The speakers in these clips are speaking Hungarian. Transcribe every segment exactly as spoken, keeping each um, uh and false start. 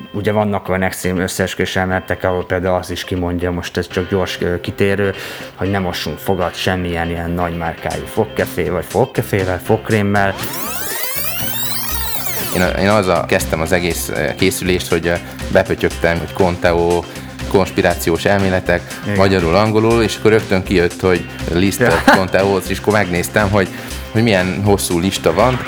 ugye vannak olyan extrém összeesküvés elméletek, ahol például az is kimondja, most ez csak gyors kitérő, hogy nem mossunk fogat semmilyen ilyen nagymárkájú fogkefé, vagy fogkefével, fogkrémmel. Én, én azzal kezdtem az egész készülést, hogy bepötyögtem, hogy Conteo, konspirációs elméletek, igen, magyarul, angolul, és akkor rögtön kijött, hogy list of Conteos, és akkor megnéztem, hogy, hogy milyen hosszú lista van.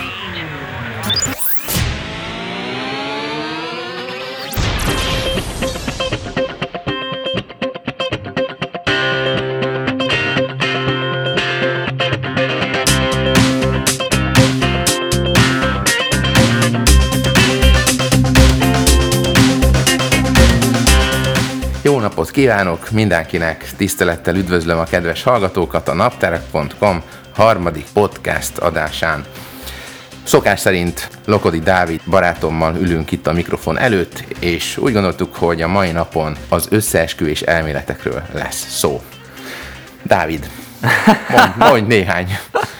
Jó napot kívánok mindenkinek, tisztelettel üdvözlöm a kedves hallgatókat a napterek pont com harmadik podcast adásán. Szokás szerint Lokodi Dávid barátommal ülünk itt a mikrofon előtt, és úgy gondoltuk, hogy a mai napon az összeesküvés elméletekről lesz szó. Dávid, mondj, mondj néhány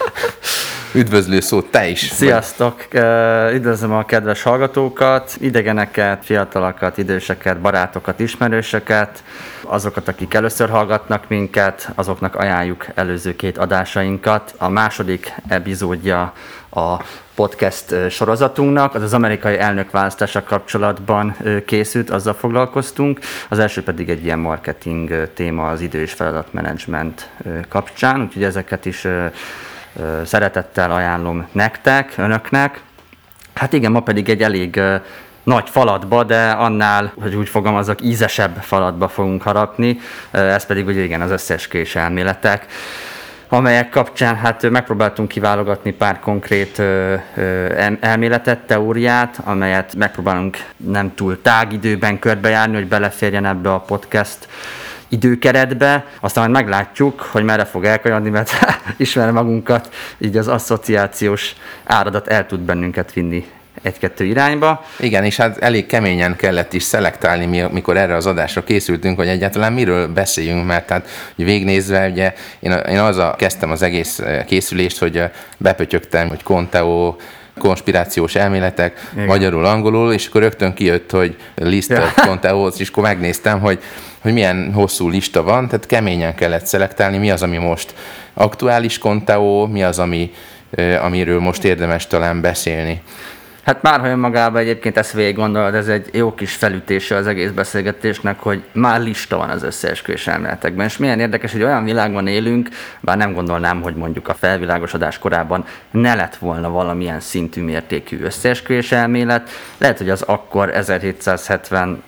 üdvözlő szót te is. Sziasztok! Üdvözlöm a kedves hallgatókat, idegeneket, fiatalokat, időseket, barátokat, ismerősöket, azokat, akik először hallgatnak minket, azoknak ajánljuk előző két adásainkat. A második epizódja a podcast sorozatunknak, az az amerikai elnökválasztással kapcsolatban készült, azzal foglalkoztunk. Az első pedig egy ilyen marketing téma az idő- és feladatmenedzsment kapcsán, úgyhogy ezeket is szeretettel ajánlom nektek, önöknek. Hát igen, ma pedig egy elég uh, nagy falatba, de annál, hogy úgy fogalmazok, ízesebb falatba fogunk harapni. Uh, ez pedig ugye igen az összeesküvés elméletek, amelyek kapcsán hát megpróbáltunk kiválogatni pár konkrét uh, uh, elméletet, teóriát, amelyet megpróbálunk nem túl tág időben körbejárni, hogy beleférjen ebbe a podcast időkeretbe, aztán majd meglátjuk, hogy merre fog elkajadni, mert ismerve magunkat, így az asszociációs áradat el tud bennünket vinni egy-kettő irányba. Igen, és hát elég keményen kellett is szelektálni, mikor erre az adásra készültünk, hogy egyáltalán miről beszéljünk, mert hát végignézve, ugye én, én azzal kezdtem az egész készülést, hogy bepötyögtem, hogy Conteo, konspirációs elméletek, igen, magyarul, angolul, és akkor rögtön kijött, hogy list of Conteos, és akkor megnéztem, hogy, hogy milyen hosszú lista van, tehát keményen kellett szelektálni, mi az, ami most aktuális Conteo, mi az, ami, amiről most érdemes talán beszélni. Hát már, ha önmagában egyébként ezt végig gondolod, ez egy jó kis felütése az egész beszélgetésnek, hogy már lista van az összeesküvés elméletekben, és milyen érdekes, hogy olyan világban élünk, bár nem gondolnám, hogy mondjuk a felvilágosodás korában ne lett volna valamilyen szintű mértékű összeesküvés elmélet. Lehet, hogy az akkor ezerhétszázhetvenhatban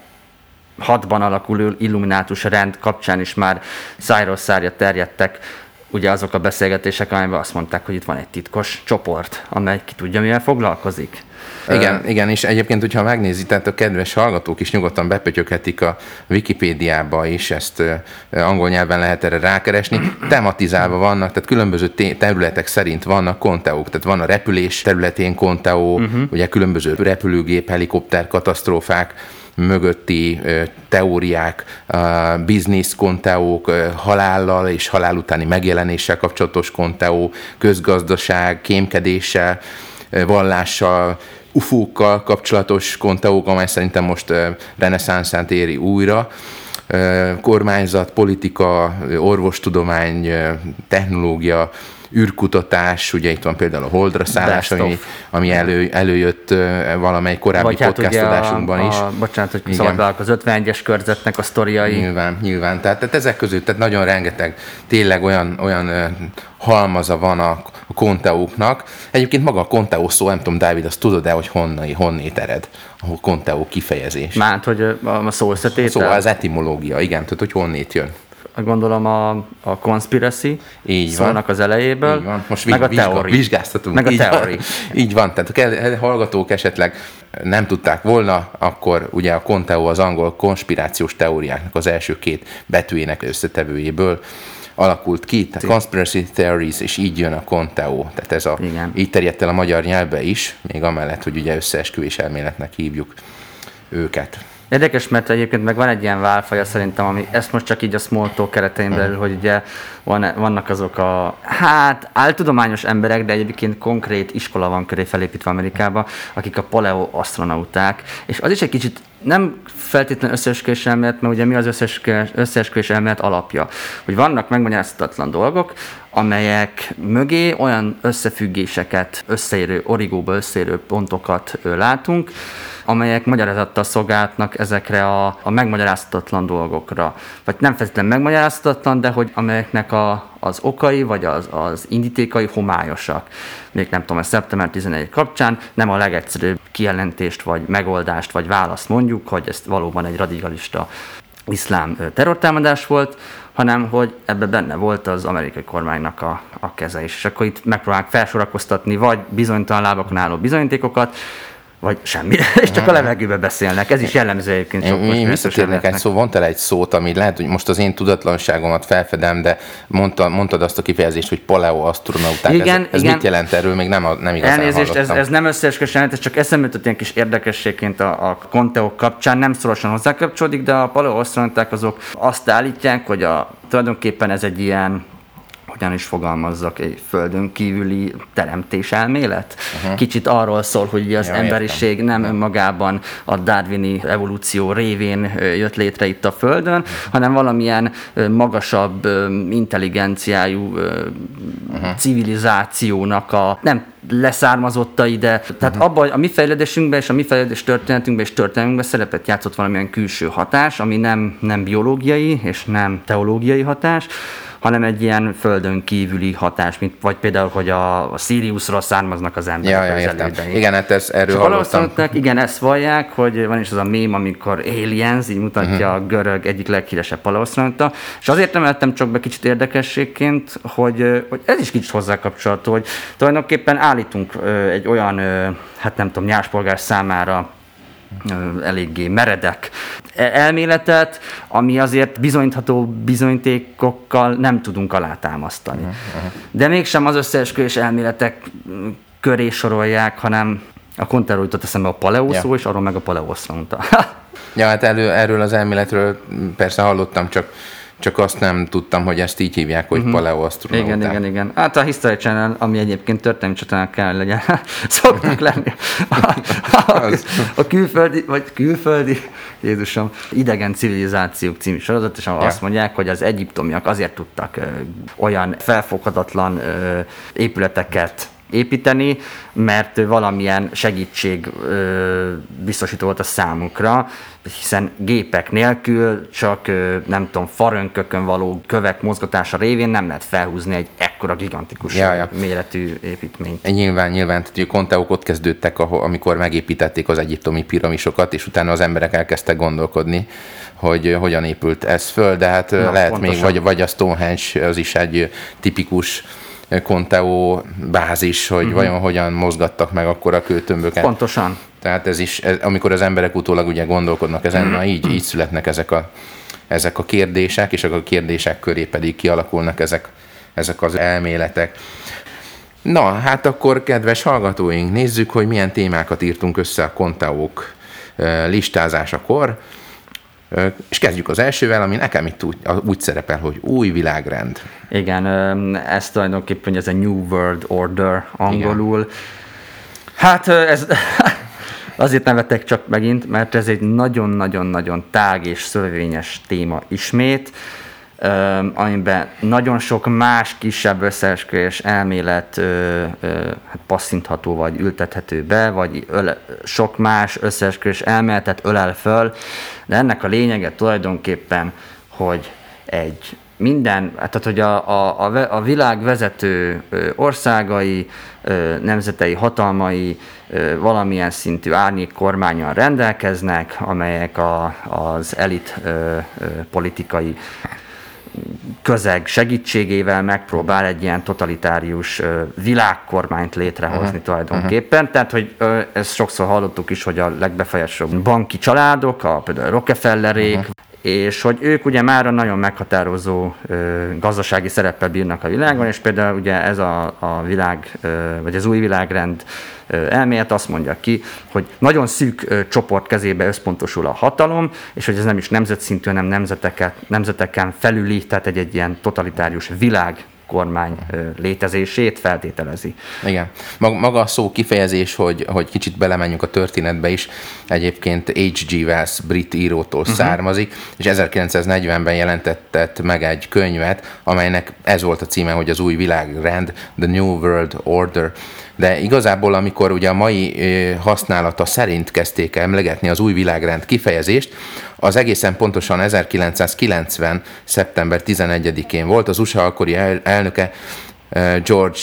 alakuló illuminátus rend kapcsán is már szájról szárra terjedtek ugye azok a beszélgetések, amelyben azt mondták, hogy itt van egy titkos csoport, amely ki tudja, mivel foglalkozik. Igen, uh, igen, és egyébként, hogyha megnézi, tehát a kedves hallgatók is nyugodtan bepötyöghetik a Wikipédiába is, ezt uh, angol nyelven lehet erre rákeresni, tematizálva vannak, tehát különböző té- területek szerint vannak Conteók, tehát van a repülés területén Conteo, uh-huh. ugye különböző repülőgép, helikopter katasztrófák mögötti uh, teóriák, uh, business Conteók, uh, halállal és halál utáni megjelenéssel kapcsolatos Conteo, közgazdaság, kémkedéssel, uh, vallással, ufókkal kapcsolatos Conteók, amely szerintem most uh, reneszánszát éri újra, uh, kormányzat, politika, orvostudomány, uh, technológia, űrkutatás, ugye itt van például a Holdra szállás, ami, ami elő, előjött uh, valamely korábbi vagy podcast hát adásunkban a, is. A, bocsánat, hogy szabadulok az ötvenegyes körzetnek a sztoriai. Nyilván, nyilván. Tehát, tehát ezek között tehát nagyon rengeteg, tényleg olyan, olyan uh, halmaza van a, a Conteóknak. Egyébként maga a Conteo szó, nem tudom, Dávid, azt tudod-e, hogy honnan, honnét ered a Conteo kifejezés? Már, hogy a szó összetétel? Szóval az etimológia, igen, tehát hogy honnét jön. Gondolom a, a conspiracy így szónak van. Az elejéből, így van. Most meg a vizsga, teori. Vizsgáztatunk. Meg a így teori. Van. Így van, tehát a hallgatók esetleg nem tudták volna, akkor ugye a Conteo az angol konspirációs teóriáknak az első két betűjének összetevőjéből alakult ki, tehát conspiracy theories, és így jön a Conteo. Tehát ez a, így terjedt el a magyar nyelvbe is, még amellett, hogy ugye összeesküvés elméletnek hívjuk őket. Érdekes, mert egyébként meg van egy ilyen válfaja szerintem, ami ezt most csak így a small talk keretein belül, hogy ugye van, vannak azok a, hát áltudományos emberek, de egyébként konkrét iskola van köré felépítve Amerikában, akik a paleoasztronauták, és az is egy kicsit nem feltétlenül összeesküvés elmélet, mert ugye mi az összeesküvés elmélet alapja? Hogy vannak megmagyarázhatatlan dolgok, amelyek mögé olyan összefüggéseket, összeérő, origóba összeérő pontokat látunk, amelyek magyarázattal szolgálnak ezekre a, a megmagyarázhatatlan dolgokra. Vagy nem feltétlenül megmagyarázhatatlan, de hogy amelyeknek a, az okai, vagy az, az indítékai homályosak. Még nem tudom, a szeptember tizenegyedike kapcsán nem a legegyszerűbb kijelentést, vagy megoldást, vagy választ mondjuk, hogy ez valóban egy radikalista iszlám terrortámadás volt, hanem hogy ebben benne volt az amerikai kormánynak a, a keze is. És akkor itt megpróbálják felsorakoztatni vagy bizonytalan lábakon álló bizonyítékokat, vagy semmi, és csak a levegőbe beszélnek. Ez is jellemző egyébként sok most. Visszatérnek egy szó, mondtál egy szót, ami lehet, hogy most az én tudatlanságomat felfedem, de mondta, mondtad azt a kifejezést, hogy paleoasztronauták. Igen, ez, ez igen. mit jelent erről? Még nem, nem igazán Elnézést, ez, hallottam. ez nem összeesküvés elmélet, ez csak eszembe jutott ilyen kis érdekességként a, a konteók kapcsán, nem szorosan hozzákapcsolódik, de a paleoasztronauták azok azt állítják, hogy a, tulajdonképpen ez egy ilyen, hogyan is fogalmazzak, egy földön kívüli teremtés elmélet. Uh-huh. Kicsit arról szól, hogy az ja, emberiség értem. nem önmagában a darwini evolúció révén jött létre itt a Földön, uh-huh. hanem valamilyen magasabb intelligenciájú uh-huh. civilizációnak a nem leszármazottai, de tehát uh-huh. abban a mi fejlődésünkben és a mi fejlődés történetünkben és történelmünkben szerepet játszott valamilyen külső hatás, ami nem, nem biológiai és nem teológiai hatás, hanem egy ilyen földön kívüli hatás, mint vagy például, hogy a, a Siriusról származnak az emberek. Ja, ja, értem. Igen, hát ez, erről hallottam. Igen, ezt vallják, hogy van is az a mém, amikor Aliens, így mutatja uh-huh. a görög egyik leghíresebb paleoasztronauta, és azért emeltem csak be kicsit érdekességként, hogy, hogy ez is kicsit hozzákapcsolható, hogy tulajdonképpen állítunk egy olyan, hát nem tudom, nyárspolgár számára eléggé meredek elméletet, ami azért bizonyítható bizonyítékokkal nem tudunk alátámasztani. Uh-huh. De mégsem az összeesküvés elméletek köré sorolják, hanem a konteról jutott eszembe a paleó szó, yeah. és arról meg a paleoasztronauta. Ja, hát elő, erről az elméletről persze hallottam, csak Csak azt nem tudtam, hogy ezt így hívják, hogy uh-huh. paleoasztronauták. Igen, igen, igen. Hát a History Channel, ami egyébként történelmi csatornák kell legyen, szoktak lenni. A, a, a külföldi, vagy külföldi, Jézusom, idegen civilizációk című sorozat, és ahol ja. azt mondják, hogy az egyiptomiak azért tudtak ö, olyan felfoghatatlan ö, épületeket építeni, mert valamilyen segítség ö, biztosító volt a számukra, hiszen gépek nélkül csak ö, nem tudom, farönkökön való kövek mozgatása révén nem lehet felhúzni egy ekkora gigantikus ja, ja. méretű építményt. Nyilván, nyilván, tehát a konteók ott kezdődtek, amikor megépítették az egyiptomi piramisokat, és utána az emberek elkezdtek gondolkodni, hogy hogyan épült ez föl, de hát Na, lehet pontosan. még, vagy, vagy a Stonehenge, az is egy tipikus konteó bázis, hogy uh-huh. vajon hogyan mozgattak meg akkor a kőtömböket. Pontosan. Tehát ez is, ez, amikor az emberek utólag ugye gondolkodnak ezen, na így, így születnek ezek a, ezek a kérdések, és akkor a kérdések köré pedig kialakulnak ezek, ezek az elméletek. Na, hát akkor kedves hallgatóink, nézzük, hogy milyen témákat írtunk össze a konteók listázásakor. És kezdjük az elsővel, ami nekem itt úgy, úgy szerepel, hogy új világrend. Igen, ez tulajdonképpen ez a New World Order angolul. Igen. Hát ez azért nevetek csak megint, mert ez egy nagyon-nagyon-nagyon tág és szövevényes téma ismét, amiben nagyon sok más kisebb összeesküvés elmélet hát passzintható vagy ültethető be, vagy öle, sok más összeesküvés elméletet ölel föl, de ennek a lényege tulajdonképpen, hogy egy minden, tehát hogy a, a, a világ vezető országai, nemzetei, hatalmai valamilyen szintű árnyék kormánnyal rendelkeznek, amelyek a, az elit politikai közeg segítségével megpróbál egy ilyen totalitárius világkormányt létrehozni uh-huh. tulajdonképpen. Uh-huh. Tehát, hogy ezt sokszor hallottuk is, hogy a legbefolyásolóbb banki családok, a, például a Rockefellerék, uh-huh. és hogy ők ugye már nagyon meghatározó ö, gazdasági szereppel bírnak a világon, és például ugye ez a, a világ, ö, vagy az új világrend ö, elmélet azt mondja ki, hogy nagyon szűk ö, csoport kezébe összpontosul a hatalom, és hogy ez nem is nemzetszintű, hanem nemzeteket, nemzeteken felüli, tehát egy, egy ilyen totalitárius világ kormány létezését feltételezi. Igen. Maga a szó kifejezés, hogy, hogy kicsit belemenjünk a történetbe is, egyébként há gé. Wells brit írótól uh-huh. származik, és ezerkilencszáznegyvenben jelentett meg egy könyvet, amelynek ez volt a címe, hogy az új világrend, The New World Order. De igazából, amikor ugye a mai használata szerint kezdték emlegetni az új világrend kifejezést, az egészen pontosan ezerkilencszázkilencven. szeptember tizenegyedikén volt. Az u es á akkori elnöke George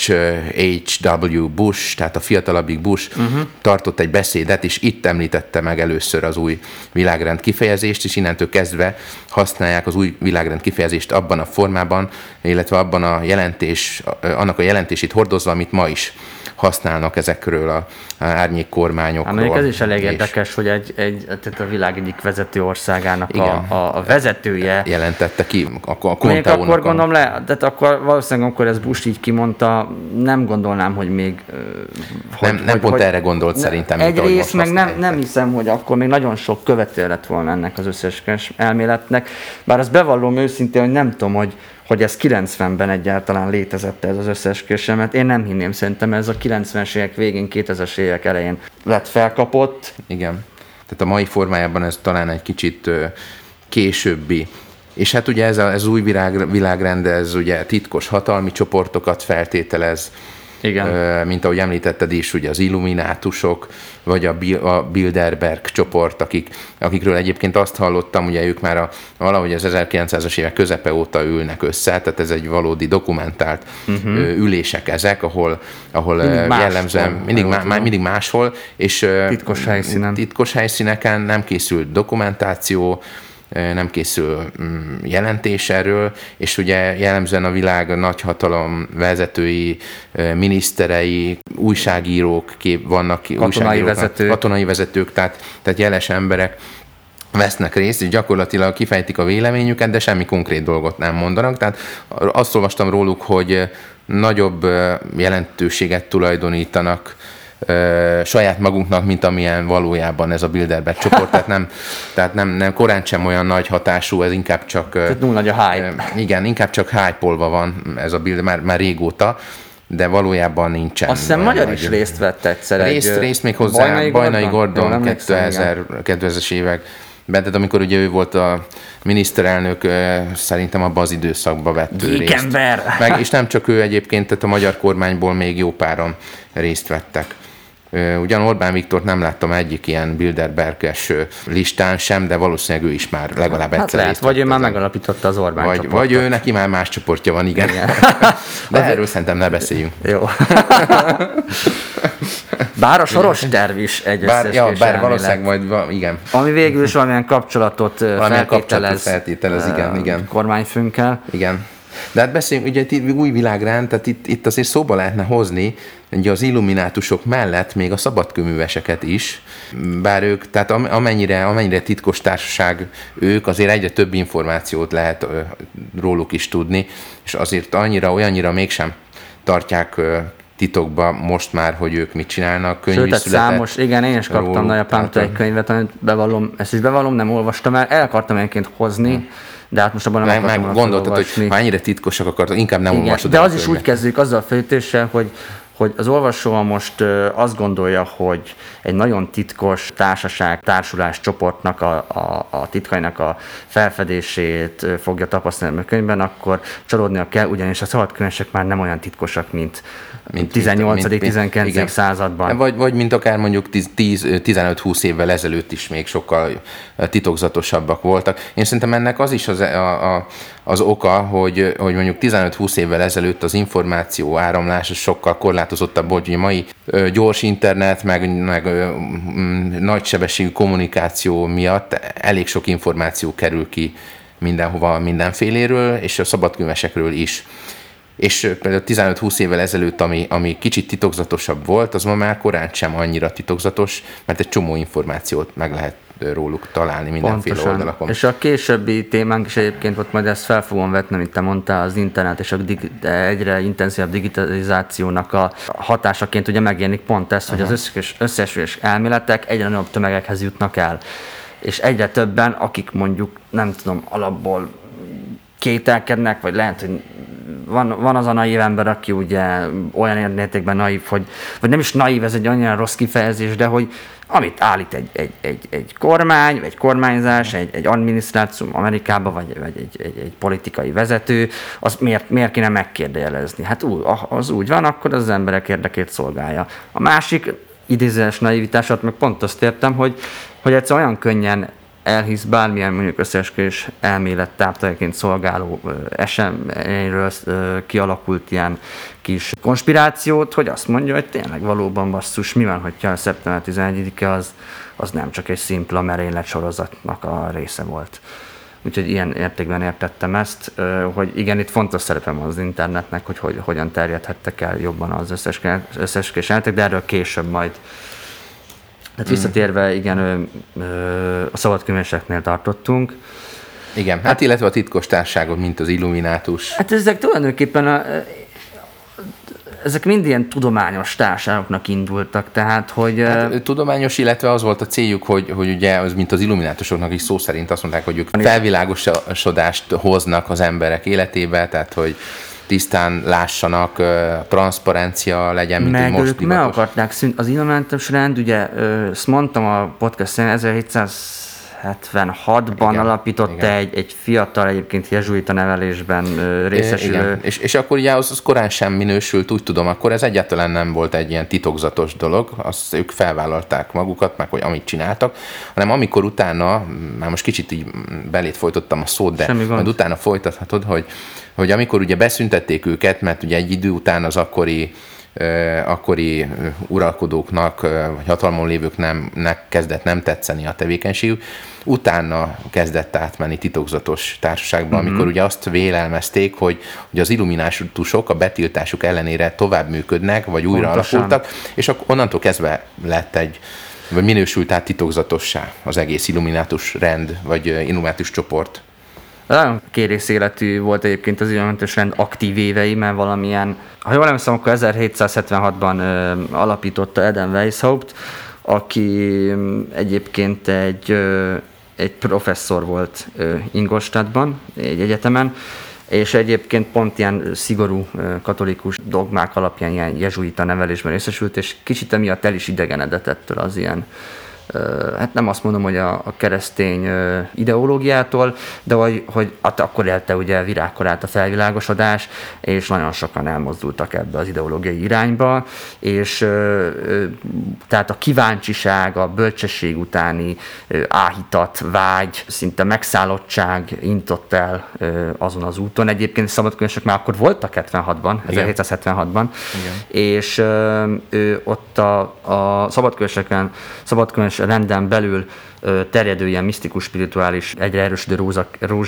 há vé. Bush, tehát a fiatalabbik Bush uh-huh. tartott egy beszédet, és itt említette meg először az új világrend kifejezést, és innentől kezdve használják az új világrend kifejezést abban a formában, illetve abban a jelentés, annak a jelentését hordozva, amit ma is használnak ezekről a árnyék kormányokról. Mondjuk ez is elég érdekes, hogy egy, egy, tehát a világ egyik vezető országának a, a, a vezetője jelentette ki a, a Konteónak. Akkor gondolom le, tehát akkor valószínűleg akkor ez Bush így kimondta, nem gondolnám, hogy még... Hogy, nem nem hogy, pont hogy, erre gondolt ne, szerintem. Egyrészt meg nem, nem hiszem, hogy akkor még nagyon sok követője lett volna ennek az összeesküvés elméletnek, bár azt bevallom őszintén, hogy nem tudom, hogy hogy ez kilencvenben egyáltalán létezett ez az összeesküvés, mert én nem hinném, szerintem ez a kilencvenes évek végén, kétezres évek elején lett felkapott. Igen, tehát a mai formájában ez talán egy kicsit ö, későbbi. És hát ugye ez, a, ez új világ, világrend, ez ugye titkos hatalmi csoportokat feltételez, igen. Ö, mint ahogy említetted is, ugye az illuminátusok, vagy a, a Bilderberg csoport, akik, akikről egyébként azt hallottam, ugye ők már a, valahogy az ezerkilencszázas évek közepe óta ülnek össze, tehát ez egy valódi dokumentált uh-huh. ülések ezek, ahol, ahol mindig jellemzően mindig, má, mindig máshol, és titkos helyszínen. Titkos helyszíneken nem készült dokumentáció, nem készül jelentés erről, és ugye jellemzően a világ nagyhatalom vezetői, miniszterei, újságírók kép vannak, katonai újságírók, vezetők, katonai vezetők tehát, tehát jeles emberek vesznek részt, és gyakorlatilag kifejtik a véleményüket, de semmi konkrét dolgot nem mondanak. Tehát azt olvastam róluk, hogy nagyobb jelentőséget tulajdonítanak Ö, saját magunknak, mint amilyen valójában ez a Bilderberg csoport, tehát nem, tehát nem, nem korán sem olyan nagy hatású, ez inkább csak... Tehát nulla nagy a hype. Ö, igen, inkább csak hype-olva van ez a Bilderberg, már, már régóta, de valójában nincsen. Azt hiszem magyar nagy, is részt vett egyszer. Részt, egy, részt még hozzá, Bajnai, Bajnai Gordon, Gordon kétezres évek. Tehát amikor ugye ő volt a miniszterelnök, szerintem abban az időszakban vett ő részt. Meg, és nem csak ő egyébként, tehát a magyar kormányból még jó páran részt vettek. Ugyan Orbán Viktort nem láttam egyik ilyen Bilderberges listán sem, de valószínűleg ő is már legalább hát egyszer lehet, részt vagy ő már megalapította az Orbán vagy, csoportot. Vagy ő neki már más csoportja van, igen. igen. De az erről szerintem ne beszéljünk. Jó. Bár a soros terv is egy bár, ja, bár valószínűleg majd, igen. Ami végül is valamilyen kapcsolatot valamilyen feltételez, feltételez igen, igen. kormányfőnkkel. Igen. De hát beszéljünk, ugye itt új világrend, tehát itt, itt azért szóba lehetne hozni, ugye az illuminátusok mellett még a szabadkőműveseket is, bár ők, tehát amennyire, amennyire titkos társaság ők, azért egyre több információt lehet róluk is tudni, és azért annyira, olyannyira mégsem tartják titokba most már, hogy ők mit csinálnak, könyv Sőt, is született. Számos, igen, én is kaptam nagyapámtól egy könyvet, amit bevallom, ezt is bevallom, nem olvastam el, el akartam egyébként hozni, hmm. de hát most abban nem meg, akartam meg gondoltad, hogy már ennyire titkosak akartak, inkább nem igen, olvasod. De az is úgy kezdődik azzal a fölítéssel, hogy hogy az olvasó most azt gondolja, hogy egy nagyon titkos társaság, társulás csoportnak a, a, a titkainak a felfedését fogja tapasztalni a könyvben, akkor csalódnia kell, ugyanis a szabadkönyvesek már nem olyan titkosak, mint, mint tizennyolcadik-tizenkilencedik században. Vagy, vagy mint akár mondjuk tíz-tizenöt-húsz évvel ezelőtt is még sokkal titokzatosabbak voltak. Én szerintem ennek az is az, a, a, az oka, hogy, hogy mondjuk tizenöt-húsz évvel ezelőtt az információ áramlás sokkal korlátozottabb volt, hogy a mai ö, gyors internet, meg, meg ö, m, nagysebességű kommunikáció miatt elég sok információ kerül ki mindenhova, mindenféléről, és a szabadkönyvesekről is. És például tizenöt-húsz évvel ezelőtt, ami, ami kicsit titokzatosabb volt, az ma már korán sem annyira titokzatos, mert egy csomó információt meg lehet róluk találni mindenféle Pontosan. Oldalakon. És a későbbi témánk is egyébként ott majd ezt fel fogom vetni, amit te mondtál, az internet és a dig- egyre intenzívebb digitalizációnak a hatásaként ugye megjelenik pont ez, hogy az összeesküvés elméletek egyre nagyobb tömegekhez jutnak el. És egyre többen, akik mondjuk nem tudom, alapból kételkednek, vagy lehet, hogy van, van az a naív ember, aki ugye olyan mértékben naív, hogy, vagy nem is naív, ez egy olyan rossz kifejezés, de hogy amit állít egy, egy, egy, egy kormány, egy kormányzás, egy, egy adminisztráció Amerikában, vagy, vagy egy, egy, egy politikai vezető, az miért, miért kéne megkérdőjelezni? Hát úgy, az úgy van, akkor az emberek érdekét szolgálja. A másik idézőjeles naivitását meg pont azt értem, hogy, hogy egyszer olyan könnyen elhisz bármilyen mondjuk összeesküvés elmélet táptalajként szolgáló eseményről kialakult ilyen kis konspirációt, hogy azt mondja, hogy tényleg valóban basszus, mi van, hogyha a szeptember tizenegyedike az, az nem csak egy szimpla merénylet sorozatnak a része volt. Úgyhogy ilyen értékben értettem ezt, hogy igen, itt fontos szerepe van az internetnek, hogy, hogy hogyan terjedhettek el jobban az összeesküvés elméletek, de erről később majd. Tehát visszatérve, igen, ö, ö, a szabadkönyveseknél tartottunk. Igen, hát, hát illetve a titkos társaságok, mint az Illuminátus. Hát ezek tulajdonképpen, a, ezek mind ilyen tudományos társaságoknak indultak, tehát hogy... Hát, tudományos, illetve az volt a céljuk, hogy, hogy ugye, az, mint az illuminátusoknak is szó szerint azt mondták, hogy ők felvilágosodást hoznak az emberek életébe, tehát hogy tisztán lássanak, transzparencia legyen, mint meg most ők meg akarták szűnt. Az illuminátus rend, ugye, ezt mondtam a podcast-en, ezerhétszázhetvenhatban igen, alapította igen. Egy, egy fiatal, egyébként jezsuita nevelésben részesülő. Igen. És, és akkor ugye az, az korán sem minősült, úgy tudom, akkor ez egyáltalán nem volt egy ilyen titokzatos dolog, azt ők felvállalták magukat, meg hogy amit csináltak, hanem amikor utána, már most kicsit így belét folytottam a szót, de majd utána folytathatod, hogy hogy amikor ugye beszüntették őket, mert ugye egy idő után az akkori, uh, akkori uralkodóknak, uh, vagy hatalmon lévőknek kezdett nem tetszeni a tevékenységük, utána kezdett átmenni titokzatos társaságba, mm-hmm. amikor ugye azt vélelmezték, hogy, hogy az illuminátusok a betiltásuk ellenére tovább működnek, vagy újra Pontosan. alakultak, és akkor onnantól kezdve lett egy, vagy minősült át titokzatossá az egész illuminátus rend, vagy illuminátus csoport. Nagyon kérész életű volt egyébként az illuminátus rend aktív évei, mert valamilyen, ha jól emlékszem, akkor ezerhétszázhetvenhatban ö, alapította Eden Weishaupt, aki egyébként egy, ö, egy professzor volt ö, Ingolstadtban, egy egyetemen, és egyébként pont ilyen szigorú ö, katolikus dogmák alapján ilyen jezsuita nevelésben részesült, és kicsit emiatt el is idegenedett ettől az ilyen, hát nem azt mondom, hogy a, a keresztény ideológiától, de hogy, hogy akkor élte ugye virágkorát a felvilágosodás, és nagyon sokan elmozdultak ebbe az ideológiai irányba, és tehát a kíváncsiság, a bölcsesség utáni áhítat, vágy, szinte megszállottság intott el azon az úton. Egyébként szabadkönyvesek már akkor voltak hetvenhatban, ezerhétszázhetvenhatban, igen. És ő ott a, a szabadkönyveseken, szabadkönyves renden belül ö, terjedő ilyen misztikus, spirituális, egyre erősödő rózsa,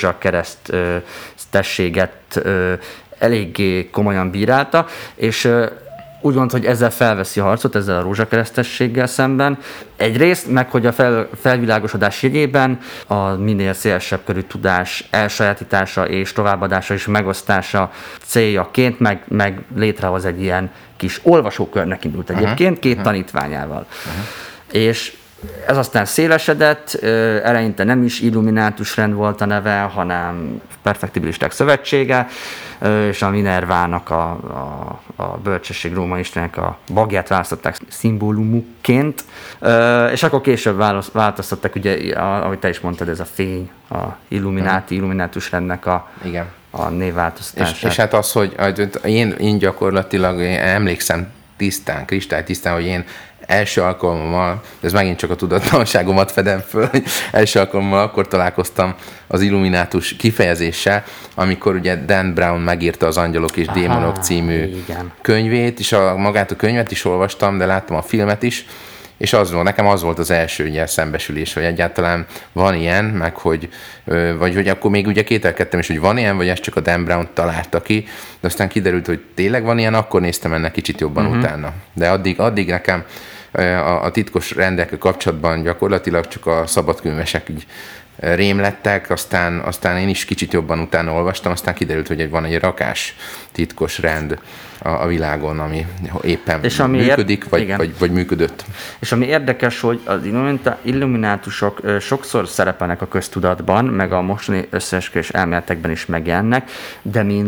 rózsakeresztességet eléggé komolyan bírálta, és ö, úgy gondolt, hogy ezzel felveszi a harcot, ezzel a rózsakeresztességgel szemben. Egyrészt, meg hogy a fel, felvilágosodás jegyében a minél szélesebb körű tudás elsajátítása és továbbadása és megosztása céljaként, meg, meg létrehoz egy ilyen kis olvasókörnek indult egyébként, két uh-huh. tanítványával. Uh-huh. És ez aztán szélesedett, eleinte nem is illuminátus rend volt a neve, hanem Perfektibilisták Szövetsége, és a Minervának, a, a, a bölcsesség római istenek a bagját választották szimbólumukként, és akkor később változtattak, ugye, ahogy te is mondtad, ez a fény, a illumináti, illuminátus rendnek a, Igen. a névváltoztatását. És, és hát az, hogy én, én gyakorlatilag én emlékszem tisztán, kristálytisztán, hogy én első alkalommal, ez megint csak a tudatlanságomat fedem föl, hogy első alkalommal akkor találkoztam az illuminátus kifejezéssel, amikor ugye Dan Brown megírta az Angyalok és Démonok című igen. könyvét, és a, magát a könyvet is olvastam, de láttam a filmet is, és az volt, nekem az volt az első ugye, szembesülés, hogy egyáltalán van ilyen, meg hogy, vagy hogy akkor még ugye kételkedtem is, hogy van ilyen, vagy ezt csak a Dan Brown találta ki, de aztán kiderült, hogy tényleg van ilyen, akkor néztem ennek kicsit jobban uh-huh. utána. De addig, addig nekem a, a titkos rendekkel kapcsolatban gyakorlatilag csak a szabadkönyvesek így rém lettek, aztán, aztán én is kicsit jobban utána olvastam, aztán kiderült, hogy van egy rakás titkos rend a, a világon, ami éppen és ami működik, ér- vagy, vagy, vagy működött. És ami érdekes, hogy az illuminátusok sokszor szerepelnek a köztudatban, meg a mostani összeesküvés elméletekben is megjelennek, de mint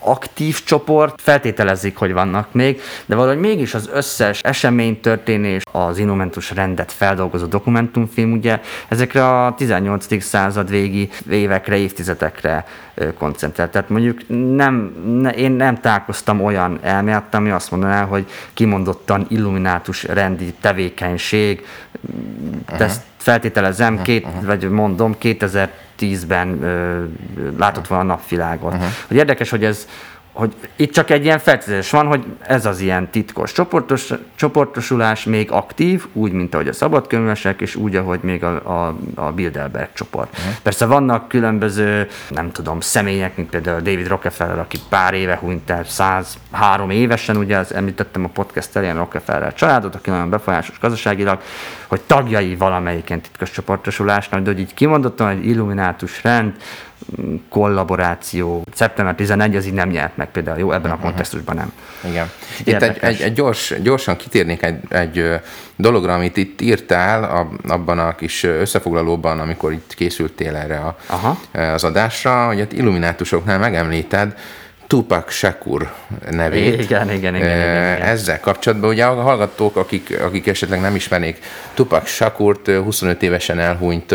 aktív csoport, feltételezik, hogy vannak még, de valahogy mégis az összes eseménytörténés, az Illuminatus rendet feldolgozó dokumentumfilm, ugye ezekre a tizennyolcadik század végi évekre, évtizedekre koncentrál. Tehát mondjuk nem, ne, én nem találkoztam olyan elmélet, ami azt mondaná, hogy kimondottan illuminátus rendi tevékenység. Uh-huh. Ezt feltételezem, uh-huh. két, vagy mondom, kétezer-tízben ö, látott volna a napvilágot. Uh-huh. Hogy érdekes, hogy ez hogy itt csak egy ilyen feltételezés van, hogy ez az ilyen titkos csoportos, csoportosulás még aktív, úgy, mint ahogy a szabadkönyvesek, és úgy, ahogy még a, a, a Bilderberg csoport. Uh-huh. Persze vannak különböző, nem tudom, személyek, mint például David Rockefeller, aki pár éve hunyt el, száz három évesen, ugye, az említettem a podcast elején Rockefeller családot, aki nagyon befolyásos gazdaságilag, hogy tagjai valamelyiken titkos csoportosulásnak, de hogy így kimondottan, hogy illuminátus rend, kollaboráció. szeptember tizenegy az így nem nyert meg például, jó? Ebben a kontextusban nem. Igen. Itt egy, egy, egy gyors, gyorsan kitérnék egy, egy dologra, amit itt írtál a, abban a kis összefoglalóban, amikor itt készültél erre a, az adásra, hogy az illuminátusoknál megemlíted Tupac Shakur nevét. Igen, igen, igen, igen, igen. Ezzel kapcsolatban ugye a hallgatók, akik, akik esetleg nem ismernék Tupac Shakurt, huszonöt évesen elhunyt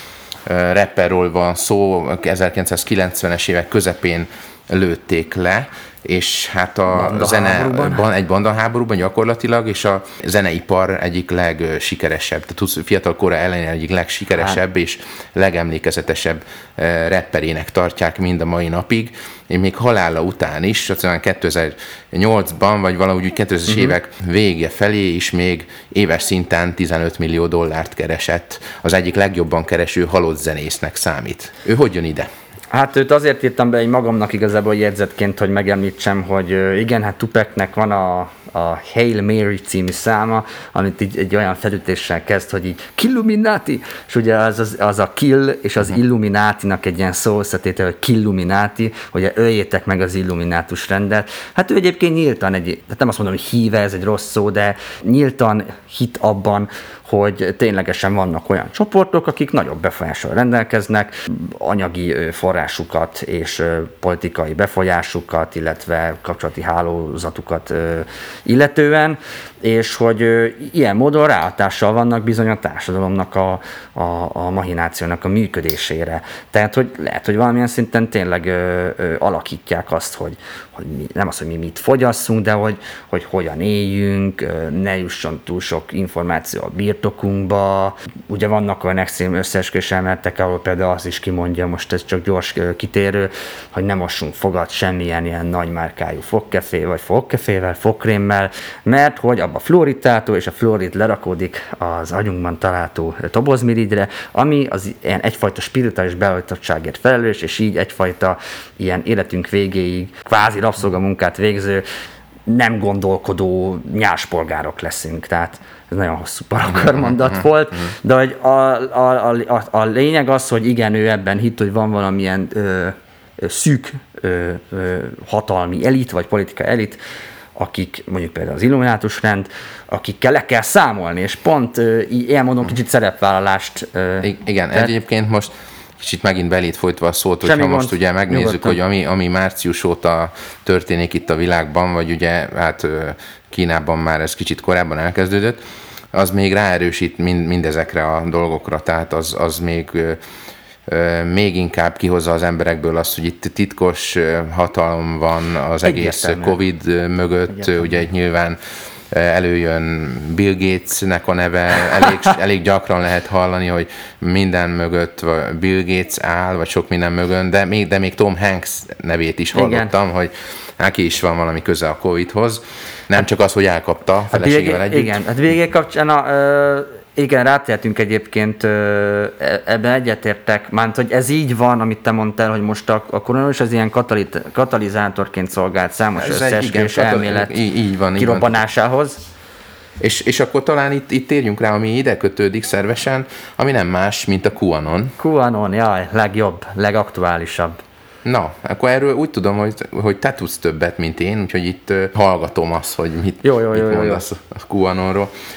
rapperről van szó, ezerkilencszázkilencvenes évek közepén lőtték le, és hát a zene, egy bandaháborúban gyakorlatilag, és a zeneipar egyik legsikeresebb, tehát fiatal kora ellenére egyik legsikeresebb hát. és legemlékezetesebb rapperének tartják mind a mai napig. Én még halála után is, aztán kétezer-nyolcban, vagy valahogy úgy kétezres uh-huh. évek vége felé is még éves szinten tizenöt millió dollárt keresett. Az egyik legjobban kereső halott zenésznek számít. Ő hogy jön ide? Hát őt azért írtam be egy magamnak igazából jegyzetként, hogy megemlítsem, hogy igen, hát Tupacnek van a, a Hail Mary című száma, amit így egy olyan felütéssel kezd, hogy így Killuminati, és ugye az, az, az a kill és az Illuminati-nak egy ilyen szó összetétel, hogy Killuminati, hogy öljétek meg az illuminátus rendet. Hát ő egyébként nyíltan, egy, tehát nem azt mondom, hogy híve, ez egy rossz szó, de nyíltan hit abban, hogy ténylegesen vannak olyan csoportok, akik nagyobb befolyással rendelkeznek, anyagi forrásukat és politikai befolyásukat, illetve kapcsolati hálózatukat illetően, és hogy ilyen módon ráhatással vannak bizony a társadalomnak a, a, a mahinációnak a működésére. Tehát, hogy lehet, hogy valamilyen szinten tényleg ö, ö, alakítják azt, hogy, hogy mi, nem az, hogy mi mit fogyasszunk, de hogy, hogy hogyan éljünk, ö, ne jusson túl sok információ a birtokunkba. Ugye vannak olyan extrém összeesküvés elméletek, ahol például az is kimondja, most ez csak gyors ö, kitérő, hogy nem mossunk fogat semmilyen ilyen nagymárkájú fogkefé, vagy fogkefével, fogkrémmel, mert hogy a fluoridtáltó, és a fluorid lerakódik az agyunkban található tobozmirigyre, ami az ilyen egyfajta spirituális beállítottságért felelős, és így egyfajta ilyen életünk végéig kvázi rabszolgamunkát végző, nem gondolkodó nyáspolgárok leszünk. Tehát ez nagyon hosszú parakörmondat volt, de hogy a, a, a, a lényeg az, hogy igen, ő ebben hitt, hogy van valamilyen ö, ö, szűk ö, ö, hatalmi elit, vagy politikai elit, akik mondjuk például az illuminátus rend, akikkel le kell számolni, és pont uh, ilyen módon kicsit szerepvállalást... Uh, I- igen, tehát... egyébként most kicsit megint belét folytva a szót, hogyha gond, most ugye megnézzük, nyugodtan. Hogy ami, ami március óta történik itt a világban, vagy ugye hát Kínában már ez kicsit korábban elkezdődött, az még ráerősít mind, mindezekre a dolgokra, tehát az, az még... még inkább kihozza az emberekből azt, hogy itt titkos hatalom van az egész Egyértelmű. Covid mögött, Egyértelmű. Ugye itt nyilván előjön Bill Gatesnek a neve, elég, elég gyakran lehet hallani, hogy minden mögött Bill Gates áll, vagy sok minden mögött, de még, de még Tom Hanks nevét is hallottam, igen. hogy neki is van valami köze a Covidhoz. Nem csak az, hogy elkapta a feleségével hát együtt. Igen, hát végig kapcsán a... Ö... Igen, rátértünk egyébként, ebben egyetértek, mert hogy ez így van, amit te mondtál, hogy most a, a koronavírus az ilyen katalit, katalizátorként szolgált számos összeesküvés elmélet így, így van, kirobbanásához. És, és akkor talán itt, itt térjünk rá, ami ide kötődik szervesen, ami nem más, mint a QAnon. QAnon, jaj, legjobb, legaktuálisabb. Na, akkor erről úgy tudom, hogy, hogy te tudsz többet, mint én, úgyhogy itt hallgatom azt, hogy mit, jó, jó, mit jó, mondasz jó. a QAnonról.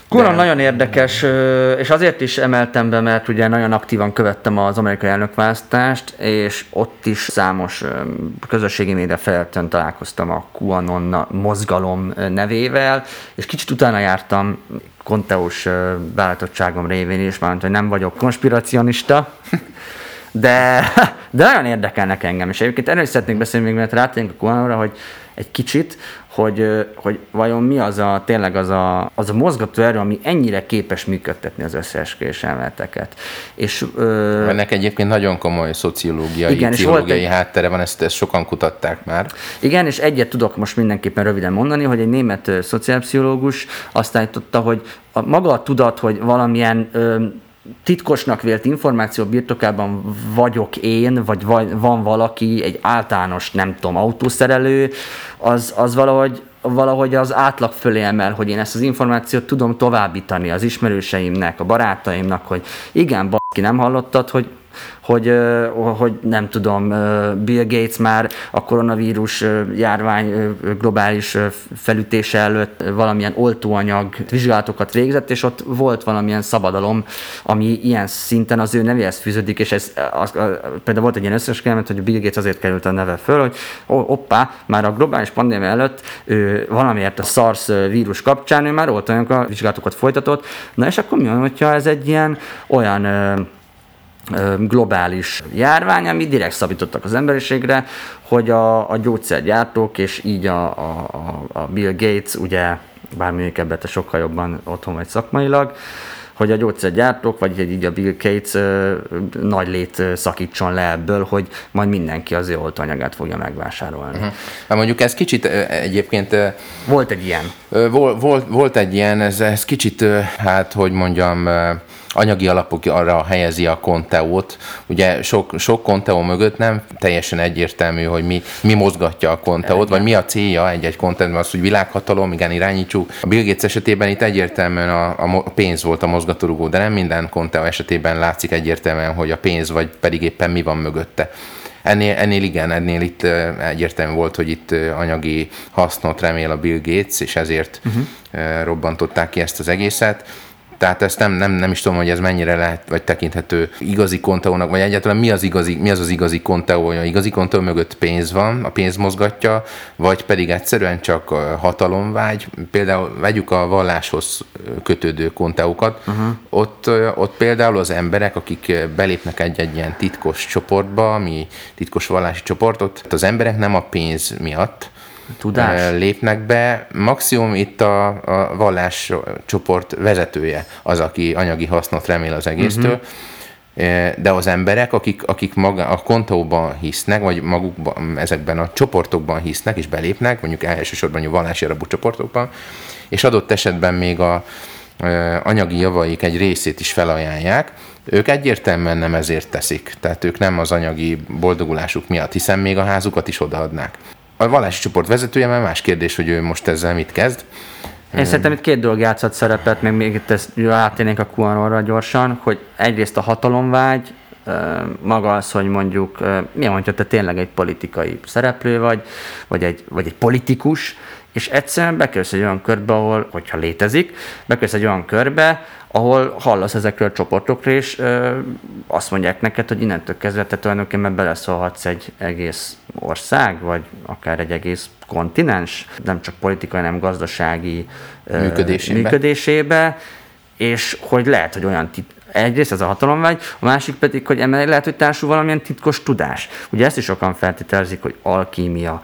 QAnon nagyon érdekes, és azért is emeltem be, mert ugye nagyon aktívan követtem az amerikai elnökválasztást, és ott is számos közösségi média felületén találkoztam a QAnon mozgalom nevével, és kicsit utána jártam konteós beállítottságom révén is, mármint, hogy nem vagyok konspiracionista, de, de nagyon érdekelnek engem, és egyébként erről is szeretnék beszélni még, mert rátérünk a QAnonra, hogy egy kicsit, hogy, hogy vajon mi az a, tényleg az a, az a mozgató erő, ami ennyire képes működtetni az összeesküvés elméleteket. És, ö... Ennek egyébként nagyon komoly szociológiai, igen, pszichológiai egy... háttere van, ezt, ezt sokan kutatták már. Igen, és egyet tudok most mindenképpen röviden mondani, hogy egy német ö, szociálpszichológus azt állította, hogy a, maga a tudat, hogy valamilyen ö, titkosnak vélt információ birtokában vagyok én, vagy van valaki, egy általános, nem tudom, autószerelő, az, az valahogy, valahogy az átlag fölé emel, hogy én ezt az információt tudom továbbítani az ismerőseimnek, a barátaimnak, hogy igen, baszki, nem hallottad, hogy Hogy, hogy nem tudom, Bill Gates már a koronavírus járvány globális felütése előtt valamilyen oltóanyag vizsgálatokat végzett, és ott volt valamilyen szabadalom, ami ilyen szinten az ő nevéhez fűződik, és ez az, például volt egy ilyen összeesküvés, hogy Bill Gates azért került a neve föl, hogy hoppá, már a globális pandémia előtt ő valamiért a SARS vírus kapcsán ő már oltóanyag vizsgálatokat folytatott, na és akkor mi van, hogyha ez egy ilyen olyan globális járvány, ami direkt szabítottak az emberiségre, hogy a, a gyógyszergyártók, és így a, a, a Bill Gates, ugye, bár mondjuk ebben te sokkal jobban otthon vagy szakmailag, hogy a gyógyszergyártók, vagy így a Bill Gates ö, nagy lét szakítson le ebből, hogy majd mindenki az ő oltóanyagát fogja megvásárolni. Uh-huh. Hát mondjuk ez kicsit egyébként... Volt egy ilyen. Volt, volt, volt egy ilyen, ez, ez kicsit, hát hogy mondjam, anyagi alapokra helyezi a Conteót. Ugye sok, sok Conteo mögött nem teljesen egyértelmű, hogy mi, mi mozgatja a Conteót, vagy mi a célja egy-egy Conteóban, az, hogy világhatalom, igen, irányítsuk. A Bill Gates esetében itt egyértelműen a, a pénz volt a mozgatórugó, de nem minden Conteo esetében látszik egyértelműen, hogy a pénz, vagy pedig éppen mi van mögötte. Ennél, ennél igen, ennél itt egyértelmű volt, hogy itt anyagi hasznot remél a Bill Gates, és ezért uh-huh. robbantották ki ezt az egészet. Tehát ezt nem, nem, nem is tudom, hogy ez mennyire lehet, vagy tekinthető igazi Conteónak, vagy egyáltalán mi az, igazi, mi az az igazi Conteó, hogy a igazi Conteó mögött pénz van, a pénz mozgatja, vagy pedig egyszerűen csak hatalomvágy. Például vegyük a valláshoz kötődő Conteókat, uh-huh. ott, ott például az emberek, akik belépnek egy-egy ilyen titkos csoportba, ami titkos vallási csoportot, az emberek nem a pénz miatt, Tudás. lépnek be. Maximum itt a, a valláscsoport vezetője az, aki anyagi hasznot remél az egésztől, uh-huh. de az emberek, akik, akik maga, a Conteóban hisznek, vagy magukban, ezekben a csoportokban hisznek, és belépnek, mondjuk elsősorban a vallási arabú csoportokban, és adott esetben még a, a anyagi javaik egy részét is felajánlják, ők egyértelműen nem ezért teszik, tehát ők nem az anyagi boldogulásuk miatt, hiszen még a házukat is odaadnák. A vallási csoport vezetője, mert más kérdés, hogy ő most ezzel mit kezd. Én szerintem itt két dolog játszott szerepet, meg még itt ezt átérnénk a QAnonra gyorsan, hogy egyrészt a hatalomvágy, maga az, hogy mondjuk, mi mondja, te tényleg egy politikai szereplő vagy, vagy egy, vagy egy politikus, és egyszerűen bekerülsz egy olyan körbe, ahol, hogyha létezik, bekerülsz egy olyan körbe, ahol hallasz ezekről a csoportokról, és ö, azt mondják neked, hogy innentől kezdve te tulajdonképpen beleszólhatsz egy egész ország, vagy akár egy egész kontinens, nem csak politikai, hanem gazdasági ö, működésébe. működésébe, és hogy lehet, hogy olyan tit- egyrészt ez a hatalomvágy, a másik pedig, hogy emellett lehet, hogy társul valamilyen titkos tudás. Ugye ezt is sokan feltételezik, hogy alkímia,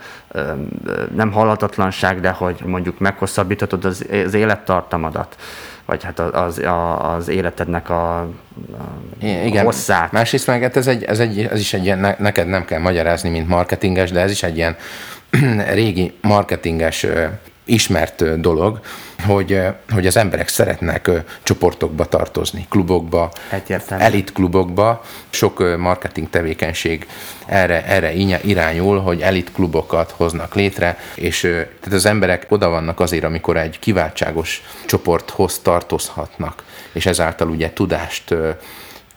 nem halhatatlanság, de hogy mondjuk meghosszabbíthatod az, az élettartamadat, vagy hát az, az, az életednek a, a, Igen. a hosszát. Másrészt meg ez, egy, ez, egy, ez is egy ilyen, neked nem kell magyarázni, mint marketinges, de ez is egy ilyen régi marketinges ismert dolog, hogy, hogy az emberek szeretnek csoportokba tartozni, klubokba, elitklubokba. Sok marketing tevékenység erre, erre irányul, hogy elitklubokat hoznak létre, és tehát az emberek oda vannak azért, amikor egy kiváltságos csoporthoz tartozhatnak, és ezáltal ugye tudást